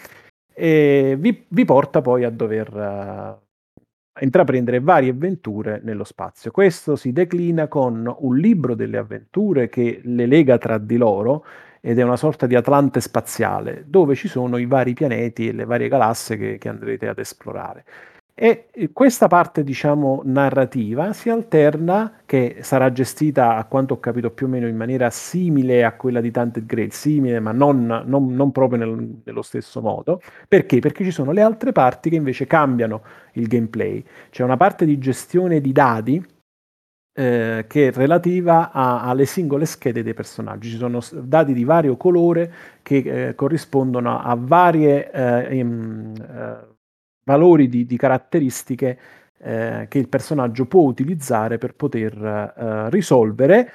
e vi, vi porta poi a dover uh, intraprendere varie avventure nello spazio. Questo si declina con un libro delle avventure che le lega tra di loro ed è una sorta di Atlante spaziale dove ci sono i vari pianeti e le varie galassie che, che andrete ad esplorare. E questa parte, diciamo, narrativa si alterna, che sarà gestita, a quanto ho capito, più o meno in maniera simile a quella di Tainted Grail, simile, ma non, non, non proprio nel, nello stesso modo. Perché? Perché ci sono le altre parti che invece cambiano il gameplay. C'è una parte di gestione di dadi eh, che è relativa a, alle singole schede dei personaggi. Ci sono dadi di vario colore che eh, corrispondono a varie eh, em, eh, valori di, di caratteristiche eh, che il personaggio può utilizzare per poter eh, risolvere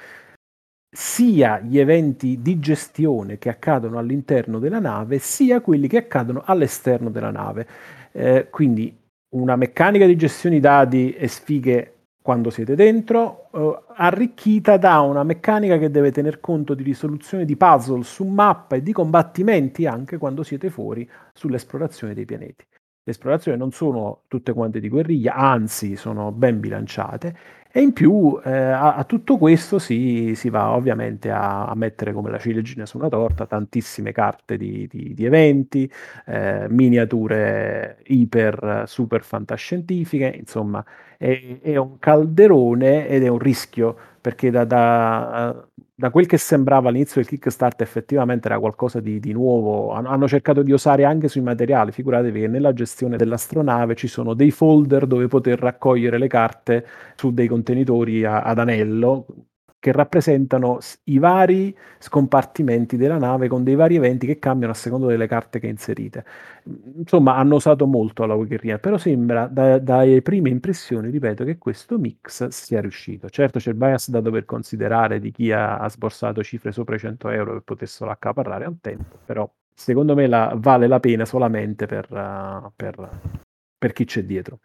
sia gli eventi di gestione che accadono all'interno della nave, sia quelli che accadono all'esterno della nave. Eh, quindi una meccanica di gestione dadi e sfighe quando siete dentro, eh, arricchita da una meccanica che deve tener conto di risoluzione di puzzle su mappa e di combattimenti anche quando siete fuori sull'esplorazione dei pianeti. Le esplorazioni non sono tutte quante di guerriglia, anzi sono ben bilanciate e in più eh, a, a tutto questo si, si va ovviamente a, a mettere come la ciliegina su una torta tantissime carte di, di, di eventi, eh, miniature iper, super fantascientifiche, insomma è, è un calderone ed è un rischio perché da, da, da quel che sembrava all'inizio del Kickstarter effettivamente era qualcosa di, di nuovo, hanno, hanno cercato di osare anche sui materiali, figuratevi che nella gestione dell'astronave ci sono dei folder dove poter raccogliere le carte su dei contenitori a, ad anello che rappresentano i vari scompartimenti della nave con dei vari eventi che cambiano a seconda delle carte che inserite. Insomma, hanno usato molto la Wikipedia, però sembra da, dalle prime impressioni, ripeto, che questo mix sia riuscito. Certo c'è il bias da dover considerare di chi ha, ha sborsato cifre sopra i cento euro per potessero accaparrare a un tempo, però secondo me la, vale la pena solamente per, uh, per, per chi c'è dietro.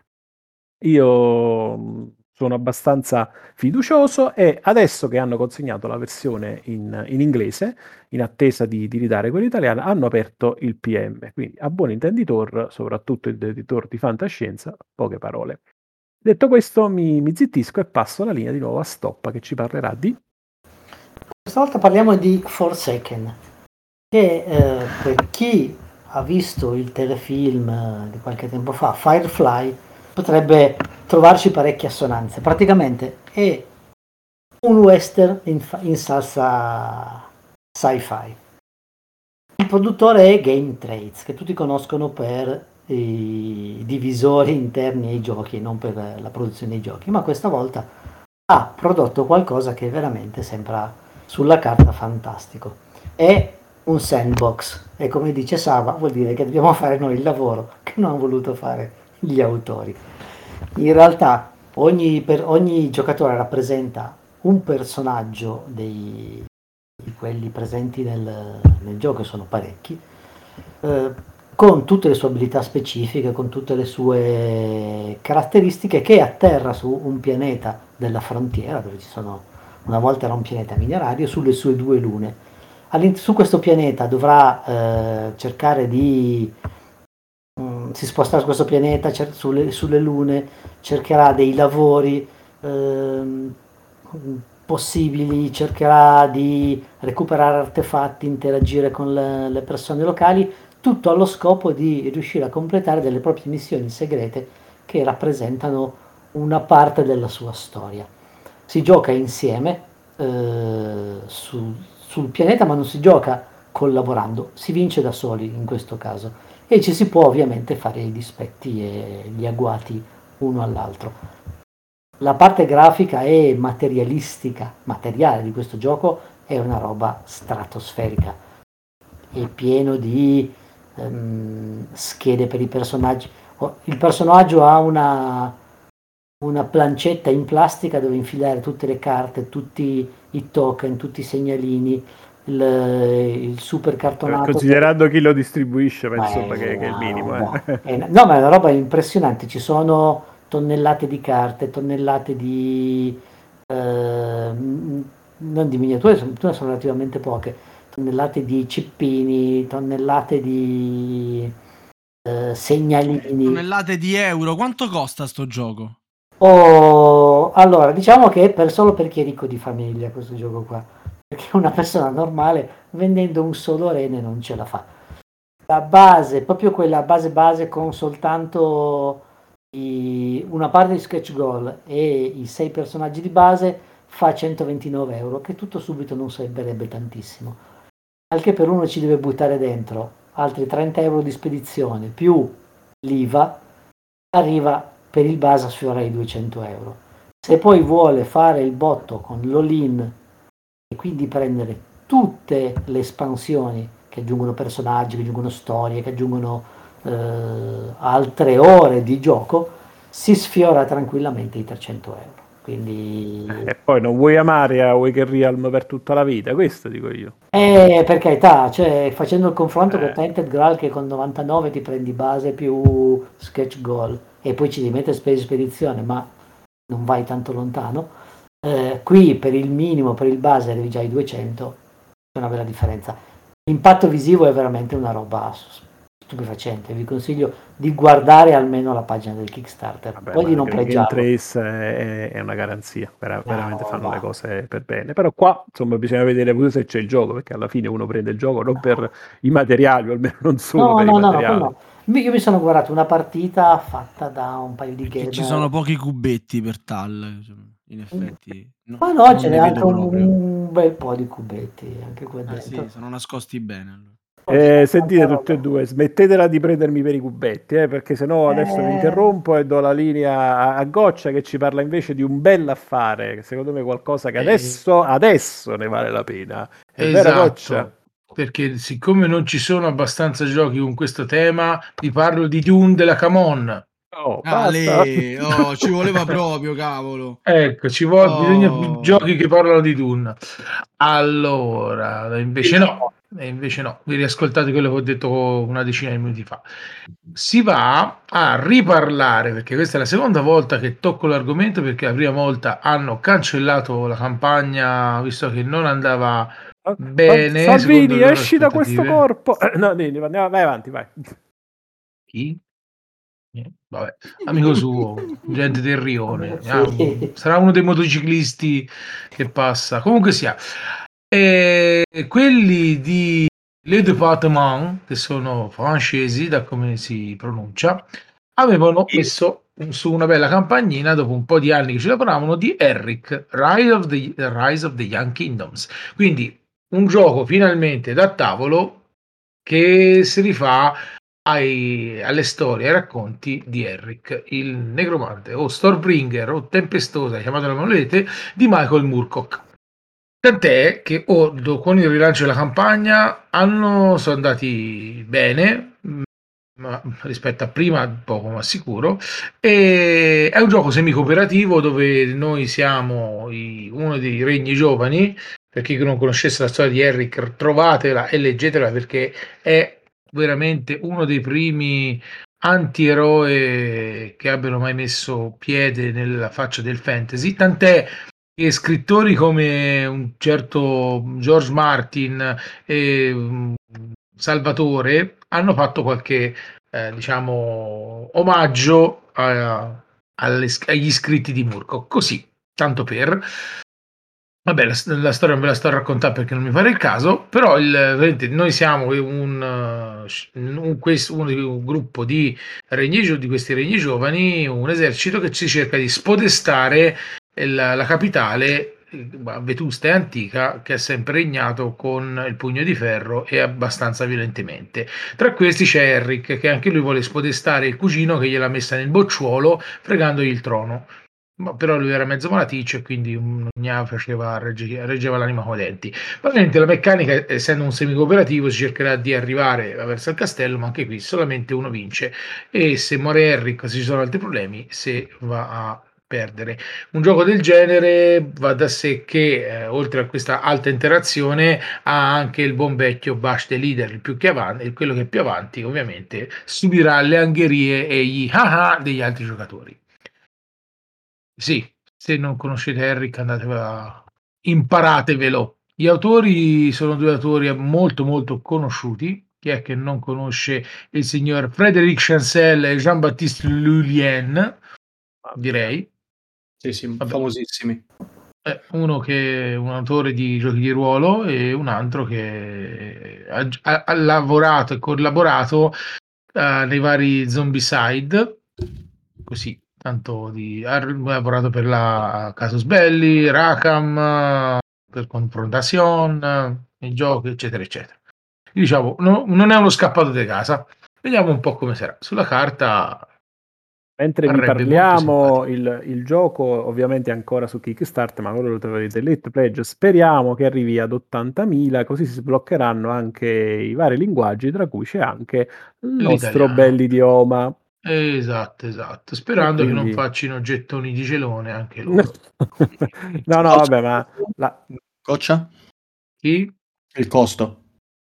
Io sono abbastanza fiducioso e adesso che hanno consegnato la versione in, in inglese, in attesa di, di ridare quella italiana, hanno aperto il P M. Quindi a buon intenditor, soprattutto il editor di fantascienza, poche parole. Detto questo, mi, mi zittisco e passo la linea di nuovo a Stoppa che ci parlerà di... Questa volta parliamo di Forsaken, che eh, per chi ha visto il telefilm eh, di qualche tempo fa, Firefly, potrebbe trovarci parecchie assonanze. Praticamente è un western in, fa- in salsa sci-fi. Il produttore è Game Trades, che tutti conoscono per i divisori interni ai giochi, non per la produzione dei giochi, ma questa volta ha prodotto qualcosa che veramente sembra sulla carta fantastico. È un sandbox e come dice Sava vuol dire che dobbiamo fare noi il lavoro che non hanno voluto fare gli autori. In realtà ogni, per ogni giocatore rappresenta un personaggio dei, di quelli presenti nel, nel gioco, sono parecchi, eh, con tutte le sue abilità specifiche, con tutte le sue caratteristiche, che atterra su un pianeta della frontiera dove ci sono, una volta era un pianeta minerario, sulle sue due lune. All'in- su questo pianeta dovrà eh, cercare di mh, si sposterà su questo pianeta, cer- sulle, sulle lune, cercherà dei lavori ehm, possibili, cercherà di recuperare artefatti, interagire con le, le persone locali, tutto allo scopo di riuscire a completare delle proprie missioni segrete che rappresentano una parte della sua storia. Si gioca insieme eh, su- sul pianeta, ma non si gioca collaborando, si vince da soli in questo caso e ci si può ovviamente fare i dispetti e gli agguati uno all'altro. La parte grafica e materialistica, materiale di questo gioco è una roba stratosferica, è pieno di ehm, schede per i personaggi. Oh, il personaggio ha una, una plancetta in plastica dove infilare tutte le carte, tutti i token, tutti i segnalini, il, il super Eh, cartonato. che- Considerando chi lo distribuisce, ma Ma insomma è che, che è il una minimo. roba, eh. è una- no, ma è una roba impressionante. Ci sono tonnellate di carte, tonnellate di ehm, non di miniature, sono, sono relativamente poche, tonnellate di cippini, tonnellate di eh, segnalini. Tonnellate di euro, quanto costa sto gioco? Oh, allora, diciamo che è per, solo per chi è ricco di famiglia questo gioco qua, perché una persona normale vendendo un solo rene non ce la fa. La base, proprio quella base base con soltanto i- una parte di sketch goal e i sei personaggi di base fa centoventinove euro, che tutto subito non sembrerebbe tantissimo. Anche per uno ci deve buttare dentro altri trenta euro di spedizione più l'I V A, arriva per il base a sfiorare i duecento euro. Se poi vuole fare il botto con l'all-in e quindi prendere tutte le espansioni che aggiungono personaggi, che aggiungono storie, che aggiungono eh, altre ore di gioco, si sfiora tranquillamente i trecento euro. Quindi, E poi non vuoi Amaria, vuoi che Realm per tutta la vita, questo dico io. eh, per carità, cioè, facendo il confronto con Eh. Tainted Grail che con novantanove ti prendi base più sketch goal e poi ci devi mettere spese di spedizione, ma non vai tanto lontano. Eh, qui per il minimo, per il base arrivi già ai duecento, c'è una bella differenza. L'impatto visivo è veramente una roba stupefacente, vi consiglio di guardare almeno la pagina del Kickstarter, Vabbè, poi di ma non Game Game plagiarlo. Trace è, è una garanzia, vera- No, veramente fanno va. le cose per bene. Però qua, insomma, bisogna vedere pure se c'è il gioco, perché alla fine uno prende il gioco non per i materiali, o almeno non solo No, per i no, no, no, quello materiali. no. Mi- Io mi sono guardato una partita fatta da un paio di Perché ci gamer. sono pochi cubetti per tal, cioè, in effetti. No, Ma no, non ce ne n'è anche vedo un, proprio. un bel po' di cubetti anche qua Ah dentro. sì, sono nascosti bene allora. Poi c'è Eh, tanta sentite tutte e roba. due, smettetela di prendermi per i cubetti, eh, perché sennò adesso vi Eh, interrompo e do la linea a, a Goccia che ci parla invece di un bel affare, che secondo me è qualcosa che Eh, adesso, adesso ne vale la pena. È vero, Goccia? esatto, perché siccome non ci sono abbastanza giochi con questo tema, vi parlo di Dune della Camon. Oh, Ah, basta. lì, oh, ci voleva proprio, cavolo. Ecco, ci vuole, bisogna Oh. giochi che parlano di Dune. Allora, invece no, e invece no, vi riascoltate quello che ho detto una decina di minuti fa. Si va a riparlare, perché questa è la seconda volta che tocco l'argomento, perché la prima volta hanno cancellato la campagna, visto che non andava Sal- bene, secondo Salvini, le loro esci da questo aspettative. corpo. No, Nini, andiamo, vai avanti, vai. Chi? Eh, Vabbè, amico suo, gente del Rione, ah, sì. sarà uno dei motociclisti che passa. Comunque sia, e quelli di Le Département, che sono francesi, da come si pronuncia, avevano messo su una bella campagnina, dopo un po' di anni che ci lavoravano, di Eric, Rise of the, Rise of the Young Kingdoms. Quindi un gioco finalmente da tavolo che si rifà ai- alle storie, ai racconti di Eric, il negromante o Stormbringer o Tempestosa, chiamatela come volete, di Michael Moorcock. Tant'è che oh, do- con il rilancio della campagna hanno, sono andati bene, mh, ma rispetto a prima poco ma sicuro, e è un gioco semi-cooperativo dove noi siamo i- uno dei regni giovani. Per chi non conoscesse la storia di Eric, trovatela e leggetela perché è veramente uno dei primi antieroe che abbiano mai messo piede nella faccia del fantasy, tant'è che scrittori come un certo George Martin e um, Salvatore hanno fatto qualche eh, diciamo, omaggio a- alle- agli iscritti di Murko. Così, tanto per. Vabbè, la, la storia non ve la sto a raccontare perché non mi pare il caso, però il, vedete, noi siamo un, uh, un, questo, un, un gruppo di, regni, di questi regni giovani, un esercito che ci cerca di spodestare la, la capitale vetusta e antica che ha sempre regnato con il pugno di ferro e abbastanza violentemente. Tra questi c'è Eric, che anche lui vuole spodestare il cugino che gliel'ha messa nel bocciuolo fregandogli il trono. Ma però lui era mezzo malaticcio e quindi un gna faceva, regge- reggeva l'anima coi denti. Probabilmente la meccanica, essendo un semi-cooperativo, si cercherà di arrivare verso il castello, ma anche qui solamente uno vince. E se muore Eric, se ci sono altri problemi, se va a perdere. Un gioco del genere va da sé che, eh, oltre a questa alta interazione, ha anche il buon vecchio Bash the Leader, il più che avanti, quello che è più avanti, ovviamente, subirà le angherie e gli ah ah degli altri giocatori. Sì, se non conoscete Eric andatevela, imparatevelo. Gli autori sono due autori molto molto conosciuti. Chi è che non conosce il signor Frédéric Chancel e Jean-Baptiste Lulien? Direi. Sì, sì, Vabbè. famosissimi. Eh, uno che è un autore di giochi di ruolo e un altro che ha, ha- ha lavorato e collaborato eh, nei vari Zombicide, così, tanto di, ha lavorato per la Casus Belli, Rackham, per Confrontation, i giochi, eccetera, eccetera. Diciamo, no- non è uno scappato di casa. Vediamo un po' come sarà. Sulla carta Mentre vi parrebbe molto parliamo, simpatico. il, il gioco ovviamente è ancora su Kickstarter, ma quello lo troverete Elite Pledge. Speriamo che arrivi ad ottantamila, così si sbloccheranno anche i vari linguaggi, tra cui c'è anche il nostro L'italiano. bell'idioma. Esatto, esatto. E Sperando che non quindi... faccino gettoni di celone anche no, loro. no, vabbè, ma... La... Goccia? Chi? Il costo.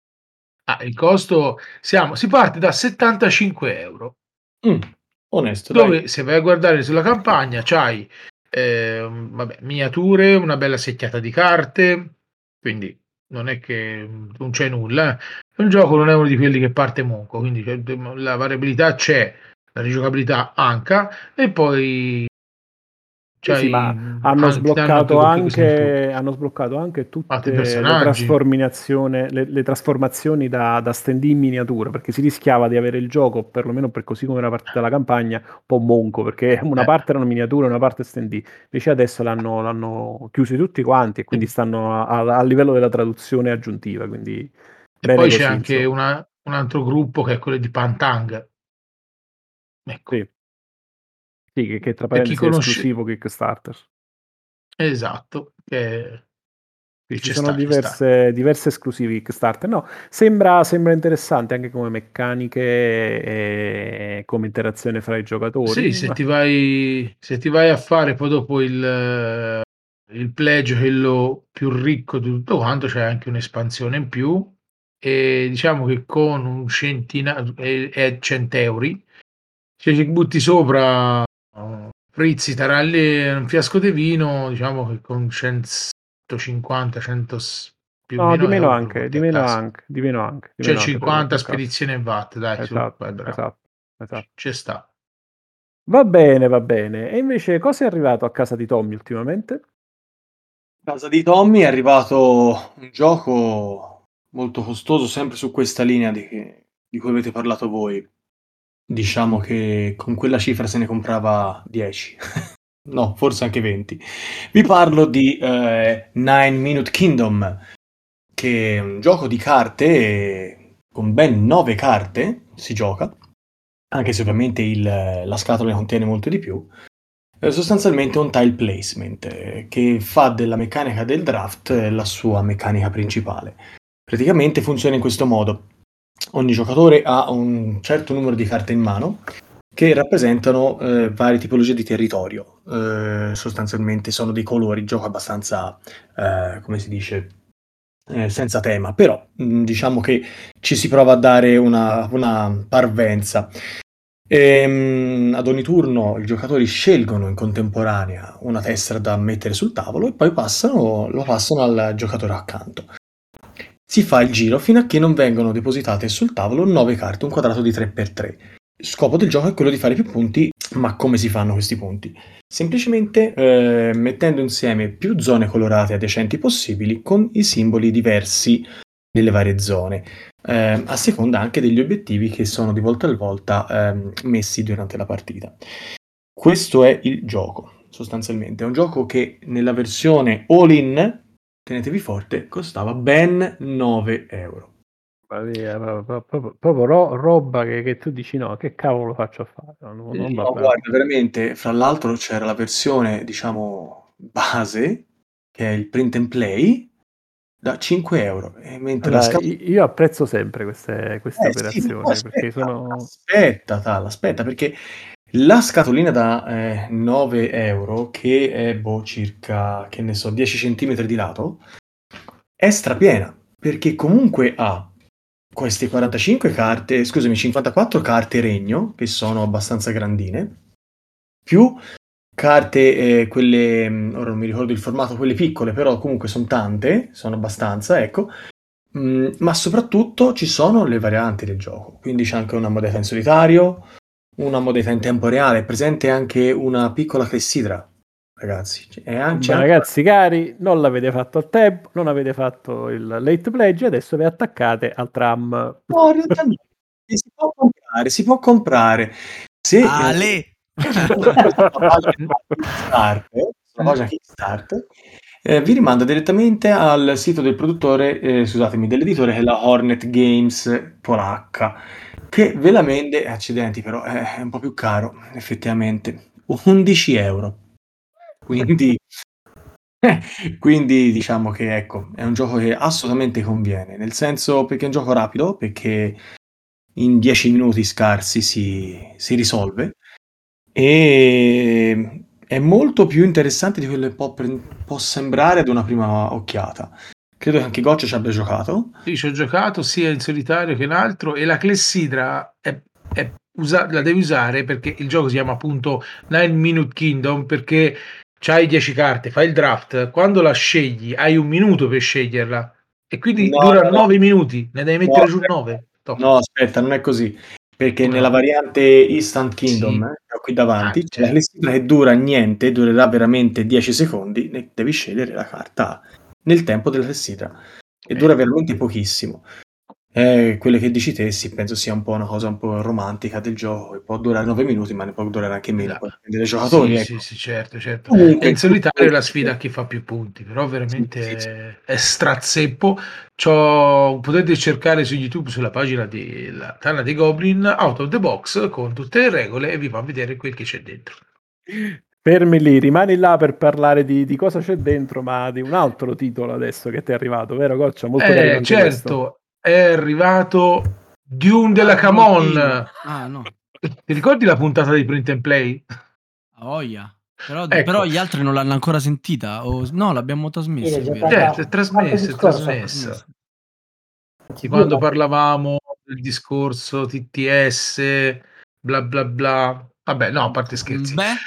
Ah, il costo siamo, si parte da settantacinque euro. Mm, onesto, Dove dai. se vai a guardare sulla campagna c'hai eh, vabbè, miniature, una bella secchiata di carte, quindi non è che non c'è nulla. Eh. Il gioco non è uno di quelli che parte monco, quindi la variabilità c'è, la rigiocabilità anche, e poi Sì, sì, c'hai, ma hanno an- ti danno anche sbloccato qualche cosina in più. anche, hanno sbloccato anche Altri tutte le personaggi. trasformazioni, le, le trasformazioni da, da stand in miniatura, perché si rischiava di avere il gioco, perlomeno per così come era partita la campagna, un po' monco, perché una Eh. parte erano miniature e una parte stand in. Invece adesso l'hanno, l'hanno chiusi tutti quanti e quindi stanno a, a- a livello della traduzione aggiuntiva, quindi E bene poi c'è così, anche insomma. una- un altro gruppo che è quello di Pantang. Ecco, Sì, sì, che, che tra per chi parentesi è conosce, esclusivo Kickstarter. esatto, che, Sì, che ci ci sono sta, ci sta. diverse, diverse esclusive Kickstarter. No, sembra, sembra interessante anche come meccaniche e come interazione fra i Sì, giocatori. se Ma ti vai, se ti vai a fare poi dopo il, eh, il pledge, quello più ricco di tutto quanto, c'è anche un'espansione in più e diciamo che con un centinaio e, e cento euro, cioè ci butti sopra uh, frizzi, taralli, un fiasco di vino, diciamo che con centocinquanta, cento s- più o no, di meno meno euro te lo anche, porti di a meno casa. anche, di meno anche, di Cioè meno anche te lo porti cinquanta a casa. spedizione e V A T, dai, su, Esatto, vai bravo. esatto, esatto. Ci sta. Va bene, va bene. E invece cosa è arrivato a casa di Tommy ultimamente? A casa di Tommy è arrivato un gioco molto costoso, sempre su questa linea di, di cui avete parlato voi. Diciamo che con quella cifra se ne comprava dieci. No, forse anche venti. Vi parlo di eh, Nine Minute Kingdom, che è un gioco di carte eh, con ben nove carte, si gioca, anche se ovviamente il, la scatola ne contiene molto di più. È sostanzialmente un tile placement eh, che fa della meccanica del draft eh, la sua meccanica principale. Praticamente funziona in questo modo. Ogni giocatore ha un certo numero di carte in mano che rappresentano eh, varie tipologie di territorio. Eh, sostanzialmente sono dei colori, gioco abbastanza, eh, come si dice, eh, senza tema, però mh, diciamo che ci si prova a dare una, una parvenza. E, mh, ad ogni turno i giocatori scelgono in contemporanea una tessera da mettere sul tavolo e poi passano, lo passano al giocatore accanto. Si fa il giro fino a che non vengono depositate sul tavolo nove carte, un quadrato di tre per tre. scopo del gioco è quello di fare più punti, ma come si fanno questi punti? Semplicemente eh, mettendo insieme più zone colorate adiacenti possibili con i simboli diversi nelle varie zone, eh, a seconda anche degli obiettivi che sono di volta in volta eh, messi durante la partita. Questo è il gioco, sostanzialmente. È un gioco che nella versione all-in, tenetevi forte, costava ben nove euro. Proprio, proprio ro- roba che, che tu dici no, che cavolo faccio a fare? No, non, non va No, bene. guarda, veramente, fra l'altro c'era la versione, diciamo, base, che è il print and play, da cinque euro. E mentre la Allora, scatola... i- io apprezzo sempre queste, queste Eh sì, ma operazioni perché aspetta, sono... aspetta, Tal, aspetta, perché la scatolina da eh, nove euro, che è boh, circa, che ne so, dieci centimetri di lato, è strapiena, perché comunque ha queste quarantacinque carte, scusami, cinquantaquattro carte regno, che sono abbastanza grandine, più carte, eh, quelle, mh, ora non mi ricordo il formato, quelle piccole, però comunque sono tante, sono abbastanza, ecco. Mm, ma soprattutto ci sono le varianti del gioco, quindi c'è anche una modalità in solitario, una modalità in tempo reale, è presente anche una piccola clessidra, ragazzi. È anche, Ma anche... ragazzi cari, non l'avete fatto al tempo, non avete fatto il late pledge, adesso vi attaccate al tram. No, in realtà no. Si può comprare, si può comprare. Se, eh, Ale! sulla pagina Kickstarter, sulla pagina Kickstarter, eh, vi rimanda direttamente al sito del produttore, eh, scusatemi, dell'editore, che è la Hornet Games polacca, che ve la vende, accidenti però, è un po' più caro, effettivamente, undici euro. Quindi, quindi diciamo che ecco, è un gioco che assolutamente conviene, nel senso perché è un gioco rapido, perché in dieci minuti scarsi si, si risolve, e è molto più interessante di quello che può, pre- può sembrare ad una prima occhiata. Credo che anche Goccio ci abbia giocato. Sì, ci ho giocato sia in solitario che in altro e la clessidra è, è usa- la devi usare perché il gioco si chiama appunto nine Minute Kingdom perché c'hai dieci carte, fai il draft, quando la scegli hai un minuto per sceglierla e quindi No, dura no, no. nove minuti, ne devi No, mettere giù aspetta, nove. Top. no, aspetta, non è così. Perché Come nella no? variante Instant Kingdom, Sì. eh, che ho qui davanti, Ah, c'è la certo. clessidra che dura niente, durerà veramente dieci secondi, ne devi scegliere la carta nel tempo della clessidra. E dura Eh, veramente pochissimo. Eh, quelle che dici te, sì, penso sia un po' una cosa un po' romantica del gioco, che può durare nove minuti, ma ne può durare anche meno, la- poi dipende dai Sì, giocatori, sì, ecco. sì, certo, certo. E in Comunque, solitario la comunque, sfida a chi fa più punti, però sì, sì, sì. veramente è, è strazzeppo. C'ho- potete cercare su YouTube sulla pagina della Tana dei Goblin Out of the Box con tutte le regole e vi fa vedere quel che c'è dentro. Fermi lì, rimani là per parlare di, di cosa c'è dentro, ma di un altro titolo adesso che ti è arrivato, vero Goccia? Molto carino Eh, anche questo. certo, è arrivato Dune della Ah, Camon. Dune. Ah, no. Ti ricordi la puntata di Print and Play? A voglia. Però, Ecco, però gli altri non l'hanno ancora sentita? O... No, l'abbiamo Sì, trasmessa, l'hai è vero. giocata certo, è martedì trasmessa, è scorso. trasmessa. Trasmessa. Anzi, Di due quando martedì. parlavamo del discorso T T S, bla bla bla. Vabbè, no, a parte scherzi. Beh,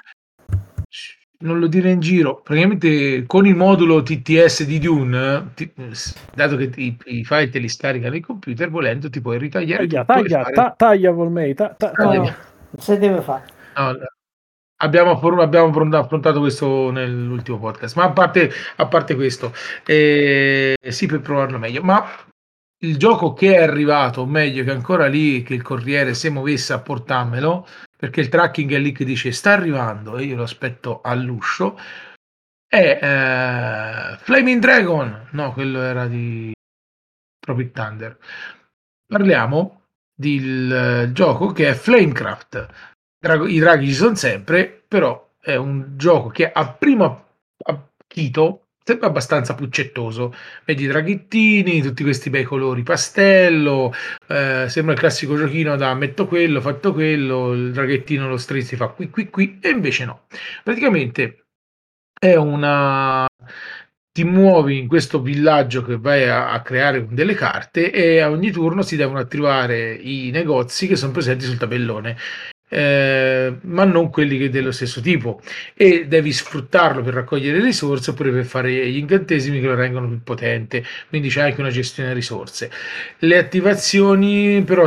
Non lo dire in giro. Praticamente con il modulo T T S di Dune, ti- dato che i, i file te li scaricano i computer, volendo ti puoi ritagliare Taglia, tutto e taglia, fare... ta- taglia Volmei, ta- ta- No, taglia. non si deve fare. No, abbiamo, affron- abbiamo affron- affrontato questo nell'ultimo podcast, ma a parte, a parte questo, eh, sì, per provarlo meglio, ma il gioco che è arrivato, o meglio che è ancora lì, che il corriere si muovesse a portarmelo, perché il tracking è lì che dice sta arrivando e io lo aspetto all'uscio, è eh, Flaming Dragon, no, quello era di Tropic Thunder. Parliamo del eh, gioco che è Flamecraft. Drago- I draghi ci sono sempre, però è un gioco che a primo acchito sembra abbastanza puccettoso. Vedi i draghettini, tutti questi bei colori pastello, eh, sembra il classico giochino da metto quello, fatto quello, il draghettino lo strizzi fa qui qui qui, e invece no. Praticamente è una ti muovi in questo villaggio che vai a, a creare con delle carte e a ogni turno si devono attivare i negozi che sono presenti sul tabellone, eh, ma non quelli che dello stesso tipo, e devi sfruttarlo per raccogliere risorse oppure per fare gli incantesimi che lo rendono più potente, quindi c'è anche una gestione risorse. Le attivazioni però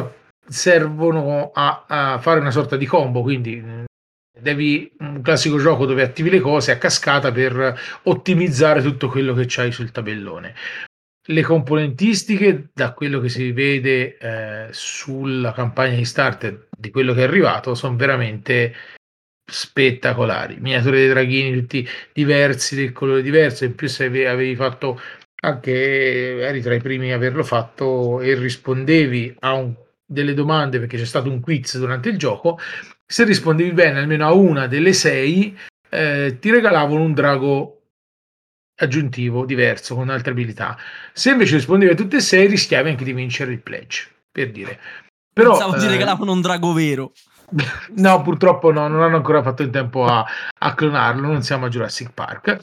servono a, a fare una sorta di combo, quindi devi un classico gioco dove attivi le cose a cascata per ottimizzare tutto quello che c'hai sul tabellone. Le componentistiche, da quello che si vede eh, sulla campagna di starter di quello che è arrivato, sono veramente spettacolari. Miniature dei draghini tutti diversi, del colore diverso, in più se avevi fatto anche, eri tra i primi a averlo fatto e rispondevi a un, delle domande, perché c'è stato un quiz durante il gioco, se rispondevi bene almeno a una delle sei eh, ti regalavano un drago aggiuntivo diverso con altre abilità. Se invece rispondevi a tutte e sei rischiavi anche di vincere il pledge, per dire. Però Pensavo ti eh, regalavano un drago vero. no, purtroppo no, non hanno ancora fatto in tempo a, a clonarlo, non siamo a Jurassic Park.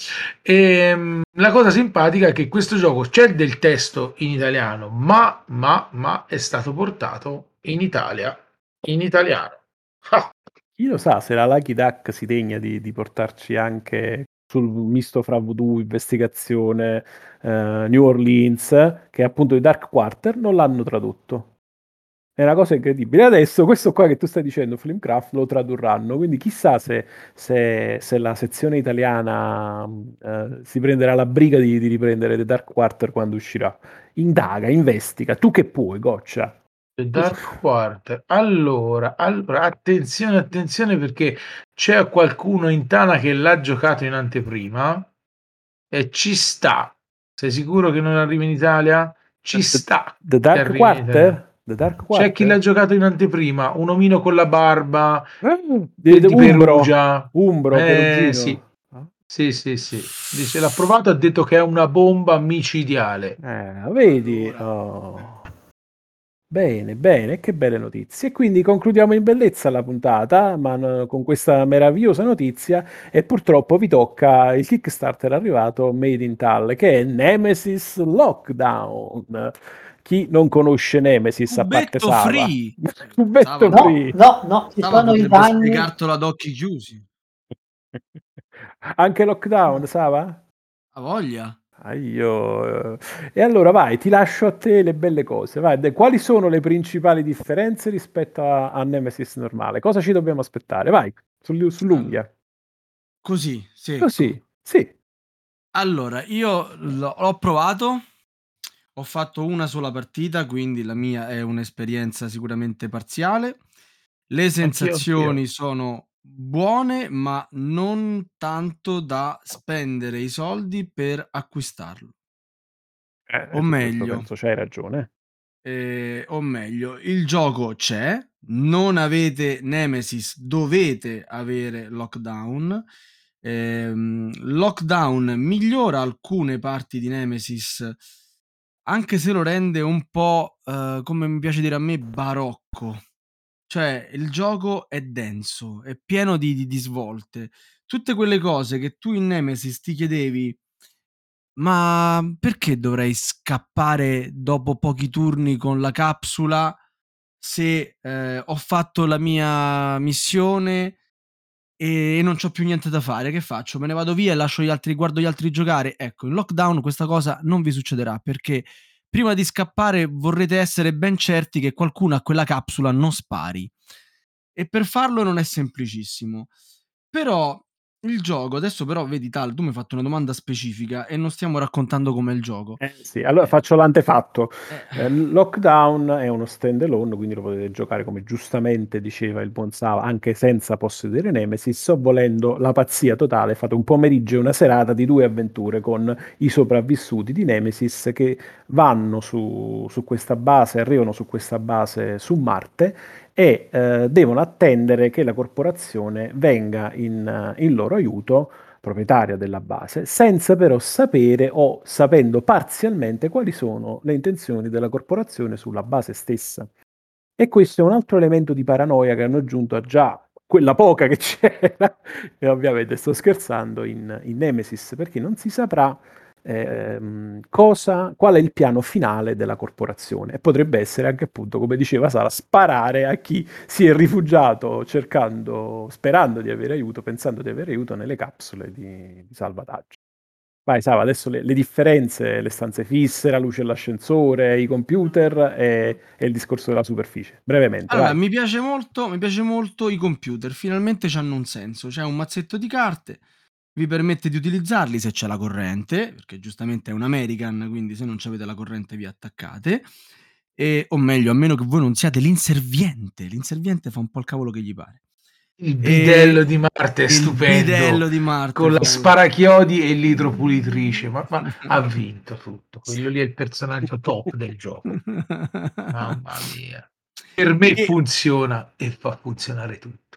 E, la cosa simpatica è che questo gioco c'è del testo in italiano, ma, ma, ma è stato portato in Italia in italiano. Ah. Chi lo sa se la Lucky Duck si degna di, di portarci anche sul misto fra voodoo, investigazione, eh, New Orleans, che è appunto di Dark Quarter, non l'hanno tradotto. È una cosa incredibile. Adesso questo qua che tu stai dicendo, Flamecraft, lo tradurranno, quindi chissà se, se, se la sezione italiana eh, si prenderà la briga di, di riprendere The Dark Quarter quando uscirà. Indaga, investiga, tu che puoi, Goccia. The Dark Quarter. Allora, allora, attenzione, attenzione, perché c'è qualcuno in Tana che l'ha giocato in anteprima e ci sta. Sei sicuro che non arrivi in Italia? Ci The, sta The che Dark arrivi in Italia. Quarter? The Dark C'è chi l'ha Quarter? giocato in anteprima, un omino con la barba Eh, di, di- di Umbro, Perugia. Umbro, Eh sì, Perugino. sì, sì, sì. Dice, l'ha provato, ha detto che è una bomba micidiale. Eh, vedi? Allora. Oh. Bene, bene, che belle notizie. E quindi concludiamo in bellezza la puntata, ma no- con questa meravigliosa notizia, e purtroppo vi tocca il Kickstarter arrivato Made in Tal, che è Nemesis Lockdown. Chi non conosce Nemesis, a parte Cubetto Sava? free. Cubetto Sava, No, free. no, no, ci Sava sono i potrebbe danni. spiegartelo ad occhi chiusi. Anche Lockdown, Sava? Ha voglia. Ah, io, eh. E allora vai, ti lascio a te le belle cose. Vai, dai, quali sono le principali differenze rispetto a, a Nemesis normale? Cosa ci dobbiamo aspettare? Vai, sul- sull'unghia. Così, secco. Così, sì. Allora, io l'ho, l'ho provato, ho fatto una sola partita, quindi la mia è un'esperienza sicuramente parziale. Le sensazioni anch'io. sono buone, ma non tanto da spendere i soldi per acquistarlo. Eh, O su questo meglio, penso c'hai ragione. eh, o meglio, il gioco c'è, non avete Nemesis, dovete avere Lockdown. Ehm, Lockdown migliora alcune parti di Nemesis, anche se lo rende un po', eh, come mi piace dire a me, barocco. Cioè, il gioco è denso, è pieno di, di, di svolte. Tutte quelle cose che tu in Nemesis ti chiedevi, ma perché dovrei scappare dopo pochi turni con la capsula se eh, ho fatto la mia missione e non c'ho più niente da fare? Che faccio? Me ne vado via e lascio gli altri, guardo gli altri giocare? Ecco, in Lockdown questa cosa non vi succederà perché prima di scappare vorrete essere ben certi che qualcuno a quella capsula non spari. E per farlo non è semplicissimo. Però il gioco, adesso però vedi Tal, tu mi hai fatto una domanda specifica e non stiamo raccontando com'è il gioco. Eh, sì, allora Eh, faccio l'antefatto. eh, Eh, Lockdown è uno stand-alone, quindi lo potete giocare come giustamente diceva il buon Sava, anche senza possedere Nemesis, o volendo la pazzia totale, fate un pomeriggio e una serata di due avventure con i sopravvissuti di Nemesis che vanno su, su questa base, arrivano su questa base su Marte e eh, devono attendere che la corporazione venga in, in loro aiuto, proprietaria della base, senza però sapere o sapendo parzialmente quali sono le intenzioni della corporazione sulla base stessa. E questo è un altro elemento di paranoia che hanno aggiunto a già quella poca che c'era, e ovviamente sto scherzando, in, in Nemesis, perché non si saprà ehm, cosa, qual è il piano finale della corporazione. E potrebbe essere anche appunto, come diceva Sara, sparare a chi si è rifugiato cercando, sperando di avere aiuto, pensando di avere aiuto nelle capsule di, di salvataggio. Vai Sava, adesso le, le differenze, le stanze fisse, la luce e l'ascensore, i computer e, e il discorso della superficie. Brevemente, Allora, vai. mi piace molto, mi piace molto i computer, finalmente hanno un senso. C'è un mazzetto di carte, vi permette di utilizzarli se c'è la corrente, perché giustamente è un American, quindi se non avete la corrente vi attaccate, e, o meglio, a meno che voi non siate l'inserviente. L'inserviente fa un po' il cavolo che gli pare. Il E bidello di Marte è il stupendo, bidello di Marte, con la fa- sparachiodi e l'idropulitrice, ma, ma ha vinto tutto. Quello lì è il personaggio top del gioco. Mamma mia. Per me E- funziona e fa funzionare tutto.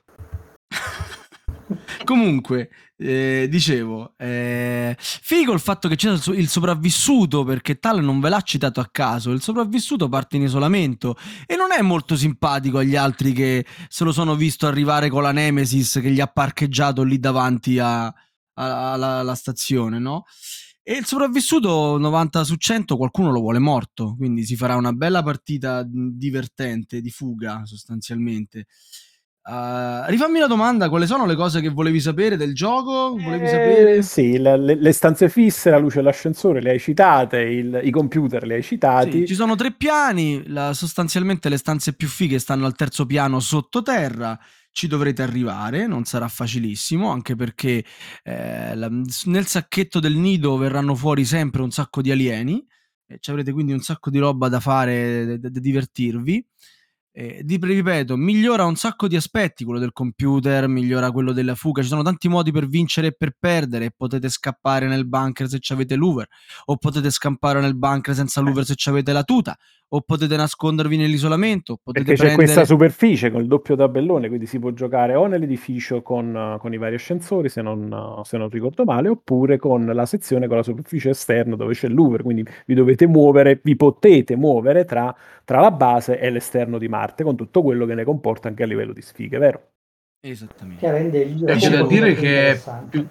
Comunque, eh, dicevo, eh, figo il fatto che c'è il so- il sopravvissuto, perché tale non ve l'ha citato a caso. Il sopravvissuto parte in isolamento e non è molto simpatico agli altri che se lo sono visto arrivare con la Nemesis che gli ha parcheggiato lì davanti a- a- alla, alla stazione, no? E il sopravvissuto novanta su cento qualcuno lo vuole morto, quindi si farà una bella partita mh, divertente di fuga sostanzialmente. Uh, rifammi la domanda, quali sono le cose che volevi sapere del gioco? Volevi Eh, sapere? sì, la- le, le stanze fisse, la luce e l'ascensore le hai citate, il- i computer li hai Sì, citati. ci sono tre piani, la- sostanzialmente le stanze più fighe stanno al terzo piano sottoterra, ci dovrete arrivare, non sarà facilissimo, anche perché eh, la- nel sacchetto del nido verranno fuori sempre un sacco di alieni, e ci avrete quindi un sacco di roba da fare, da da divertirvi. Eh, di- ripeto, migliora un sacco di aspetti, quello del computer, migliora quello della fuga, ci sono tanti modi per vincere e per perdere, potete scappare nel bunker se avete l'Uber, o potete scappare nel bunker senza l'Uber se avete la tuta, o potete nascondervi nell'isolamento, o potete Perché c'è questa prendere... superficie con il doppio tabellone, quindi si può giocare o nell'edificio con, eh, con i vari ascensori, se non, eh, se non ricordo male, oppure con la sezione con la superficie esterna dove c'è l'Uber, quindi vi dovete muovere, vi potete muovere tra, tra la base e l'esterno di Marte, con tutto quello che ne comporta anche a livello di sfighe, vero? Esattamente. Che rende il C'è gioco che un da pochino dire più che è interessante. più,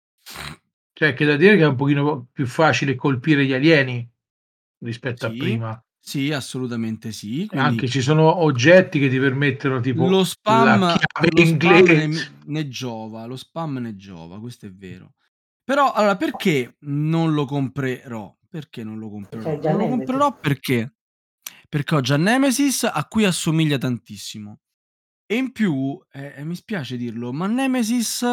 c'è che da dire che è un pochino più facile colpire gli alieni rispetto a Sì, prima. sì, assolutamente sì, E quindi anche ci sono oggetti che ti permettono, lo tipo la spam, chiave lo spam inglese. ne, ne giova, lo spam ne giova, questo è vero. Però, allora, perché non lo comprerò? Perché non lo C'è comprerò? già Non lo Nemesis. comprerò perché? Perché ho già Nemesis a cui assomiglia tantissimo. E in più, eh, mi spiace dirlo, ma Nemesis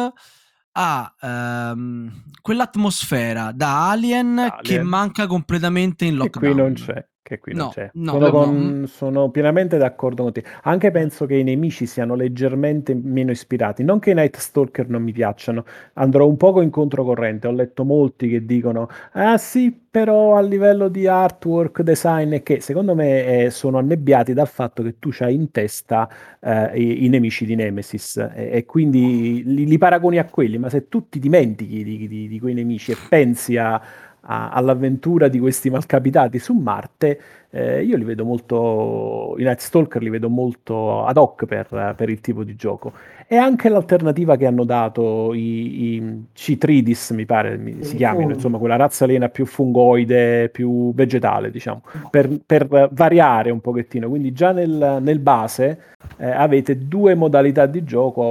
ha ehm, quell'atmosfera da Alien che Alien. manca completamente in Che qui non Lockdown. c'è, che qui non No, c'è. no, Sono, no. mm, con- sono pienamente d'accordo con te. Anche penso che i nemici siano leggermente meno ispirati. Non che i Night Stalker non mi piacciono, andrò un poco in controcorrente. Ho letto molti che dicono: ah sì, però a livello di artwork, design, e che secondo me eh, sono annebbiati dal fatto che tu c'hai in testa eh, i, i nemici di Nemesis e, e quindi li, li paragoni a quelli. Ma se tu ti dimentichi di, di- di quei nemici e pensi a a- all'avventura di questi malcapitati su Marte, eh, io li vedo molto, i Night Stalker li vedo molto ad hoc per, per il tipo di gioco. E anche l'alternativa che hanno dato i, i Citridis, mi pare mi- si I chiamino, funghi. insomma, quella razza aliena più fungoide, più vegetale, diciamo, per, per variare un pochettino. Quindi già nel, nel base eh, avete due modalità di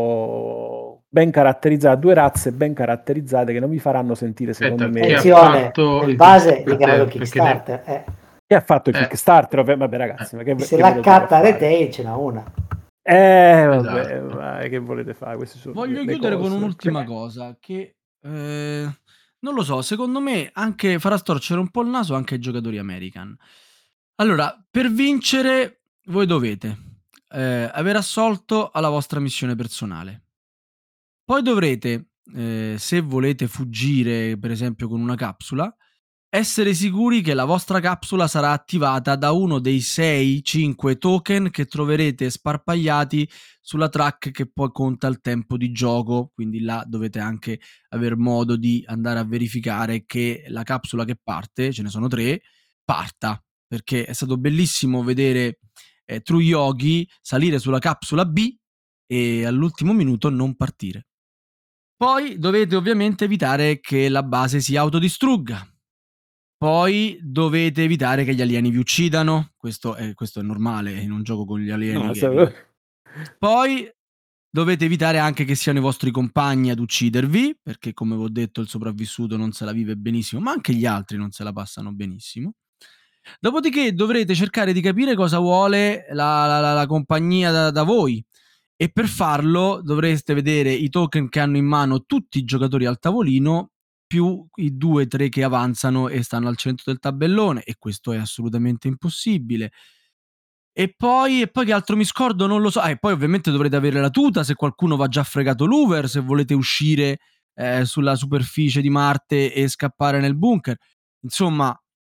gioco ben caratterizzate, due razze ben caratterizzate che non vi faranno sentire, secondo Aspetta, me, chi ha Attenzione, fatto nel il base mica vado il Kickstarter? Perché ne... Kickstarter. Eh. chi ha fatto il eh, Kickstarter. Vabbè, vabbè, eh, ragazzi, ma che, E se che ve la lo dico a catta fare? Retail ce n'ha una. Eh, vabbè, esatto. ma che volete fare? Queste sono le, Voglio le chiudere con cose. un'ultima cosa che eh, non lo so, secondo me anche farà storcere un po' il naso anche ai giocatori American. Allora, per vincere voi dovete eh, aver assolto alla vostra missione personale. Poi dovrete, eh, se volete fuggire, per esempio con una capsula, essere sicuri che la vostra capsula sarà attivata da uno dei sei cinque token che troverete sparpagliati sulla track che poi conta il tempo di gioco. Quindi là dovete anche aver modo di andare a verificare che la capsula che parte, ce ne sono tre, parta. Perché è stato bellissimo vedere eh, True Yogi salire sulla capsula B e all'ultimo minuto non partire. Poi dovete ovviamente evitare che la base si autodistrugga. Poi dovete evitare che gli alieni vi uccidano. Questo è, questo è normale in un gioco con gli alieni No, che se- vi... Poi dovete evitare anche che siano i vostri compagni ad uccidervi, perché come vi ho detto il sopravvissuto non se la vive benissimo, ma anche gli altri non se la passano benissimo. Dopodiché dovrete cercare di capire cosa vuole la, la, la, la compagnia da, da voi, e per farlo dovreste vedere i token che hanno in mano tutti i giocatori al tavolino, più i due tre che avanzano e stanno al centro del tabellone, e questo è assolutamente impossibile. E poi, e poi che altro mi scordo? Non lo so. Ah, e poi ovviamente dovrete avere la tuta se qualcuno va già fregato l'Uber, se volete uscire eh, sulla superficie di Marte e scappare nel bunker. Insomma,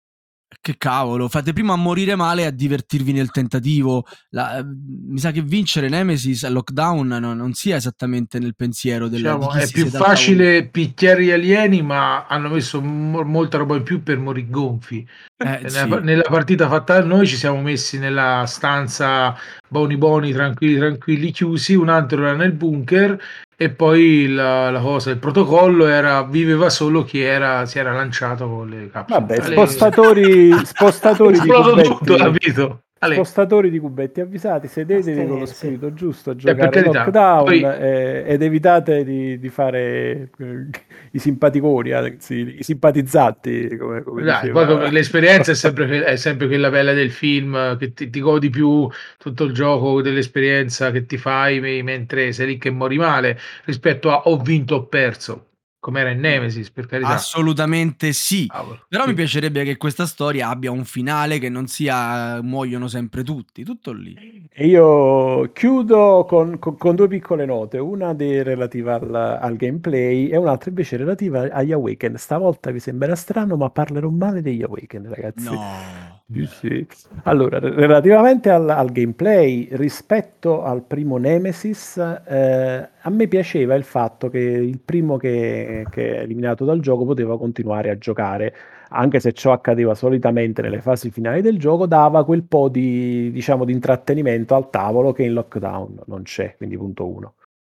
che cavolo, fate prima a morire male e a divertirvi nel tentativo. La, eh, mi sa che vincere Nemesis a Lockdown no, non sia esattamente nel pensiero del, Diciamo, di chi è si più siede al tavolo. facile picchiare gli alieni, ma hanno messo mo- molta roba in più per morire gonfi. Eh, Nella, sì. nella partita fatta noi ci siamo messi nella stanza boni boni, tranquilli tranquilli, chiusi, un altro era nel bunker, e poi la, la cosa, il protocollo era viveva solo chi era, si era lanciato con le capsule. Vabbè, Ale- spostatori, spostatori di esploso tutto, cubetti, capito? Ale- spostatori di cubetti avvisati, sedetevi con lo Astenersi. spirito giusto a per giocare carità, Lockdown poi- eh, ed evitate di, di fare eh, i simpaticoni, anzi i simpatizzanti, come, come Dai, diceva. poi come- l'esperienza è sempre, que- è sempre quella bella del film, che ti, ti godi più tutto il gioco dell'esperienza che ti fai me- mentre sei lì che mori male, rispetto a ho vinto o perso, come era in Nemesis, per carità. Assolutamente sì. Cavolo, Però sì. mi piacerebbe che questa storia abbia un finale che non sia muoiono sempre tutti, tutto lì. E io chiudo con, con- con due piccole note, una de- relativa al, al gameplay e un'altra invece relativa agli Awaken. Stavolta vi sembrerà strano, ma parlerò male degli Awaken, ragazzi. No. Sì, sì. Allora, re- relativamente al, al gameplay, rispetto al primo Nemesis, eh, a me piaceva il fatto che il primo che, che è eliminato dal gioco poteva continuare a giocare, anche se ciò accadeva solitamente nelle fasi finali del gioco, dava quel po' di, diciamo, di intrattenimento al tavolo che in Lockdown non c'è, quindi punto uno.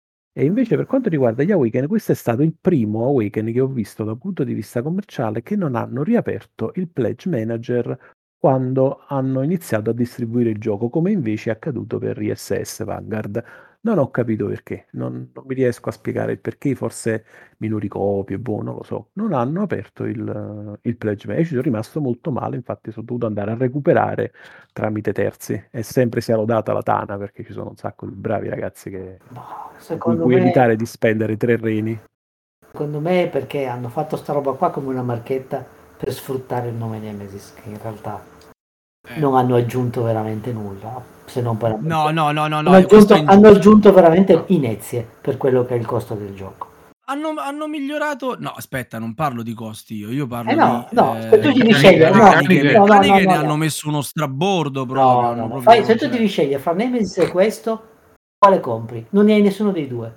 E invece per quanto riguarda gli Awaken, questo è stato il primo Awaken che ho visto dal punto di vista commerciale che non hanno riaperto il Pledge Manager quando hanno iniziato a distribuire il gioco, come invece è accaduto per I S S Vanguard. Non ho capito perché, non, non mi riesco a spiegare il perché, forse minori copie, boh, non lo so. Non hanno aperto il, il Pledge Manager, ci sono rimasto molto male, infatti sono dovuto andare a recuperare tramite terzi. È sempre sia lodata la Tana perché ci sono un sacco di bravi ragazzi che Boh, con cui secondo puoi me, evitare di spendere tre reni. secondo me è perché hanno fatto sta roba qua come una marchetta per sfruttare il nome Nemesis, che in realtà Eh. non hanno aggiunto veramente nulla, se non per No, no, no, no, no. hanno, questo aggiunto, è hanno ingiusto. aggiunto veramente inezie per quello che è il costo del gioco. Hanno, hanno migliorato. No, aspetta, non parlo di costi io. Io parlo Eh no, di no, eh, se tu devi meccaniche, scegliere, no, meccaniche. meccaniche. no, no, Meccaniche no, ne no, hanno no. messo uno strabordo proprio. No, no, hanno no. proprio, Fai, se tu cioè- devi scegliere fra Nemesis e questo, quale compri? Non ne hai nessuno dei due.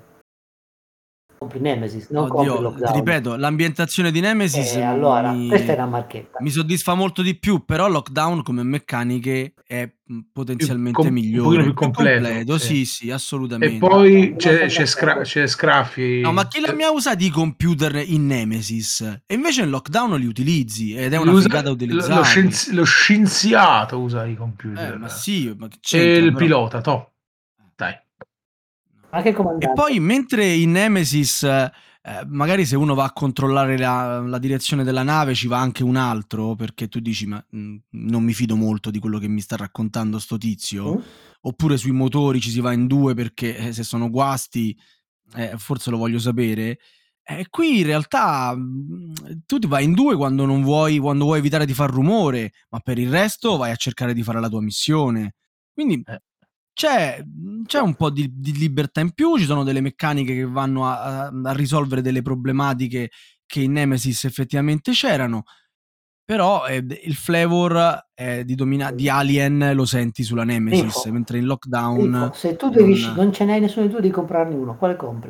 Compri Nemesis, non compri Oddio, Lockdown. ripeto, l'ambientazione di Nemesis Eh, allora, mi, questa è una marchetta. mi soddisfa molto di più, però Lockdown come meccaniche è mh, potenzialmente com- un migliore, pochino più completo, sì, sì. sì, E assolutamente. poi No, c'è, no, c'è, no, Scra- no. c'è Scraffi. No, ma chi l'ha mai usati i computer in Nemesis? E invece in Lockdown li utilizzi ed è Li una usa- figata lo, utilizzarli. lo scienzi- lo scienziato usa i computer. Eh, ma sì, ma che E c'entra, il però? pilota, to. Dai. Anche il E comandante. poi mentre in Nemesis, eh, magari se uno va a controllare la, la direzione della nave ci va anche un altro, perché tu dici ma mh, non mi fido molto di quello che mi sta raccontando sto tizio, Mm? oppure sui motori ci si va in due perché eh, se sono guasti eh, forse lo voglio sapere. E qui in realtà mh, tu ti vai in due quando non vuoi, quando vuoi evitare di far rumore, ma per il resto vai a cercare di fare la tua missione. Quindi Eh. c'è, c'è un po' di, di libertà in più, ci sono delle meccaniche che vanno a, a- a risolvere delle problematiche che in Nemesis effettivamente c'erano, però eh, il flavor eh, di, domina- di Alien lo senti sulla Nemesis, Info. mentre in Lockdown Info, se tu devi, sci- non... non ce n'hai nessuno di tu, devi comprarne uno. Quale compri?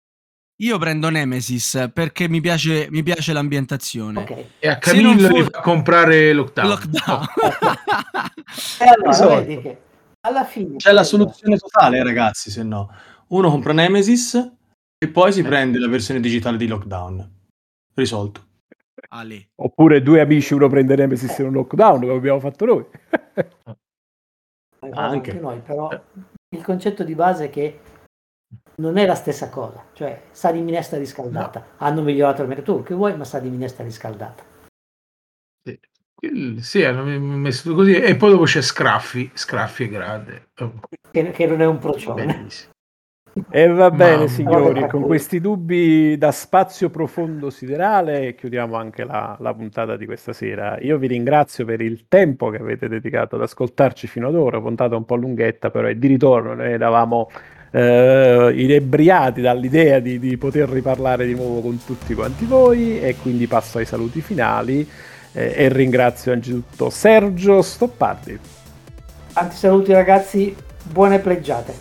Io prendo Nemesis perché mi piace, mi piace l'ambientazione. Ok. E a Se non Camillo gli fu- fa comprare Lockdown. Lockdown. E allora, Esatto. vedi che alla fine C'è la quello- soluzione totale, ragazzi, se no. Uno compra Nemesis e poi si Eh. prende la versione digitale di Lockdown. Risolto. Ale. Oppure due amici, uno prende Nemesis in un Lockdown, come abbiamo fatto noi. Eh, Anche. anche noi, però il concetto di base è che non è la stessa cosa, cioè sa di minestra riscaldata. No. Hanno migliorato il metodo che vuoi, ma sa di minestra riscaldata. Sì, Il- sì, hanno messo così e poi dopo c'è Scraffi, Scraffi è grande. Oh, Che, che non è un procione. bellissimo. E va bene, Mamma signori, mia. con questi dubbi da spazio profondo siderale chiudiamo anche la, la puntata di questa sera. Io vi ringrazio per il tempo che avete dedicato ad ascoltarci fino ad ora, puntata un po' lunghetta, però è di ritorno, noi eravamo eh, inebriati dall'idea di, di poter riparlare di nuovo con tutti quanti voi e quindi passo ai saluti finali eh, e ringrazio anzitutto Sergio Stoppardi. Tanti saluti ragazzi, buone pleggiate.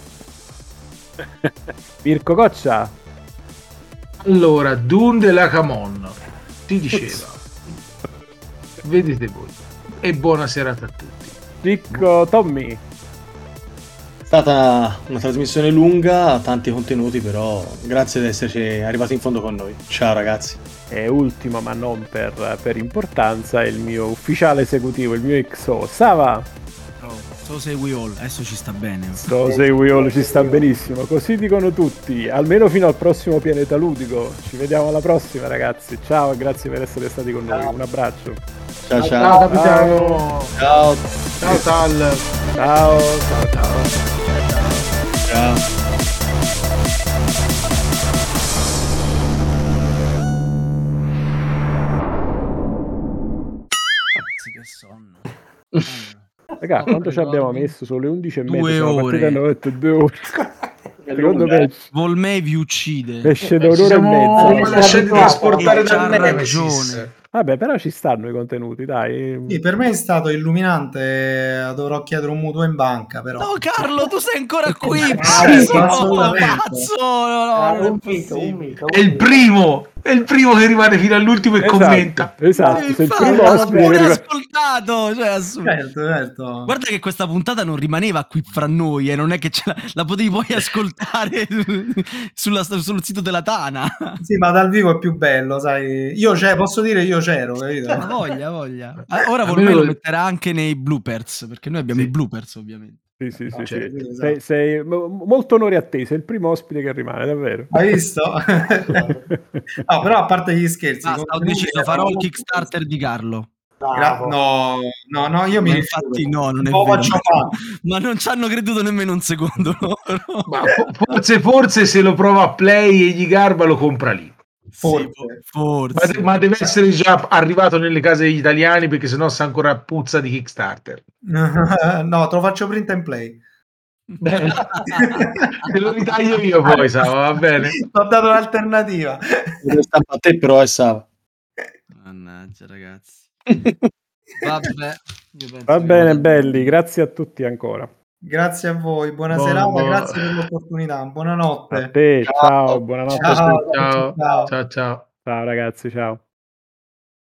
Mirko Coccia. Allora, Dune de la Camon si diceva. Vedete voi. E buona serata a tutti. Ricco Tommy. È stata una trasmissione lunga, tanti contenuti, però grazie di esserci arrivati in fondo con noi. Ciao ragazzi. E ultimo, ma non per, per importanza, il mio ufficiale esecutivo, il mio X O, Sava. So say we all, adesso ci sta bene. So say we all, ci sta benissimo, così dicono tutti, almeno fino al prossimo pianeta ludico. Ci vediamo alla prossima ragazzi, ciao e grazie per essere stati con noi, un abbraccio. Ciao ciao. Ciao capitano. Ciao. Ciao Tal. Ciao, ciao, ciao. Ciao. Cazzi, che sonno. Raga, quanto ci abbiamo messo? Sono le undici e mezza, Due siamo ore. partiti hanno detto due ore. Secondo me Volmei vi uccide. esce da Ci un'ora e siamo mezza. lasciati trasportare C'ha dal Nemesis. ragione. Vabbè, però ci stanno i contenuti, dai. Sì, per me è stato illuminante, dovrò chiedere un mutuo in banca, però. No, Carlo, tu sei ancora qui. Sì, Pazzo, assolutamente. pazzo. No, no, non è un mito, un possibile. mito. È il primo. È il primo che rimane fino all'ultimo e Esatto, commenta. esatto, Eh, sei il infatti, primo l'ha ospite che pure arriva- ascoltato. Cioè, assurdo. Certo, certo. Guarda che questa puntata non rimaneva qui fra noi, eh, non è che ce la, la potevi poi ascoltare sulla, sul sito della Tana. Sì, ma dal vivo è più bello, sai. Io c'è, posso dire io c'ero, capito? Ha voglia, voglia. Ah, ora A Volmei me lo lo- metterà anche nei bloopers, perché noi abbiamo Sì. i bloopers ovviamente. Sì, sì, sì, Cioè, sì. sì, esatto. Sei, sei mo- molto onore a te, sei il primo ospite che rimane, davvero. Hai visto? No, però a parte gli scherzi, Basta, ho contenuti deciso, erano farò il molto- Kickstarter di Carlo. Gra- no, no, no, io mi Ma rifiuto. infatti no, non è Lo vero. faccio fare. Ma non ci hanno creduto nemmeno un secondo loro. Ma fo- forse, forse se lo prova a Play e gli garba lo compra lì. Forse. Sì, Ma, forse. de- ma deve essere già arrivato nelle case degli italiani perché sennò sa ancora puzza di Kickstarter. No, te lo faccio print and play. Te lo ritaglio io poi, Sava, va bene? Ti ho dato un'alternativa. A te però è Sava. Mannaggia ragazzi. Vabbè, io penso Va che- bene, belli, grazie a tutti ancora. Grazie a voi, buona Buon- serata, buon- grazie per l'opportunità, A buonanotte. te, Ciao. ciao, buonanotte. a Ciao. tutti. Ciao, Ciao. ciao, ciao. Ciao ragazzi, ciao.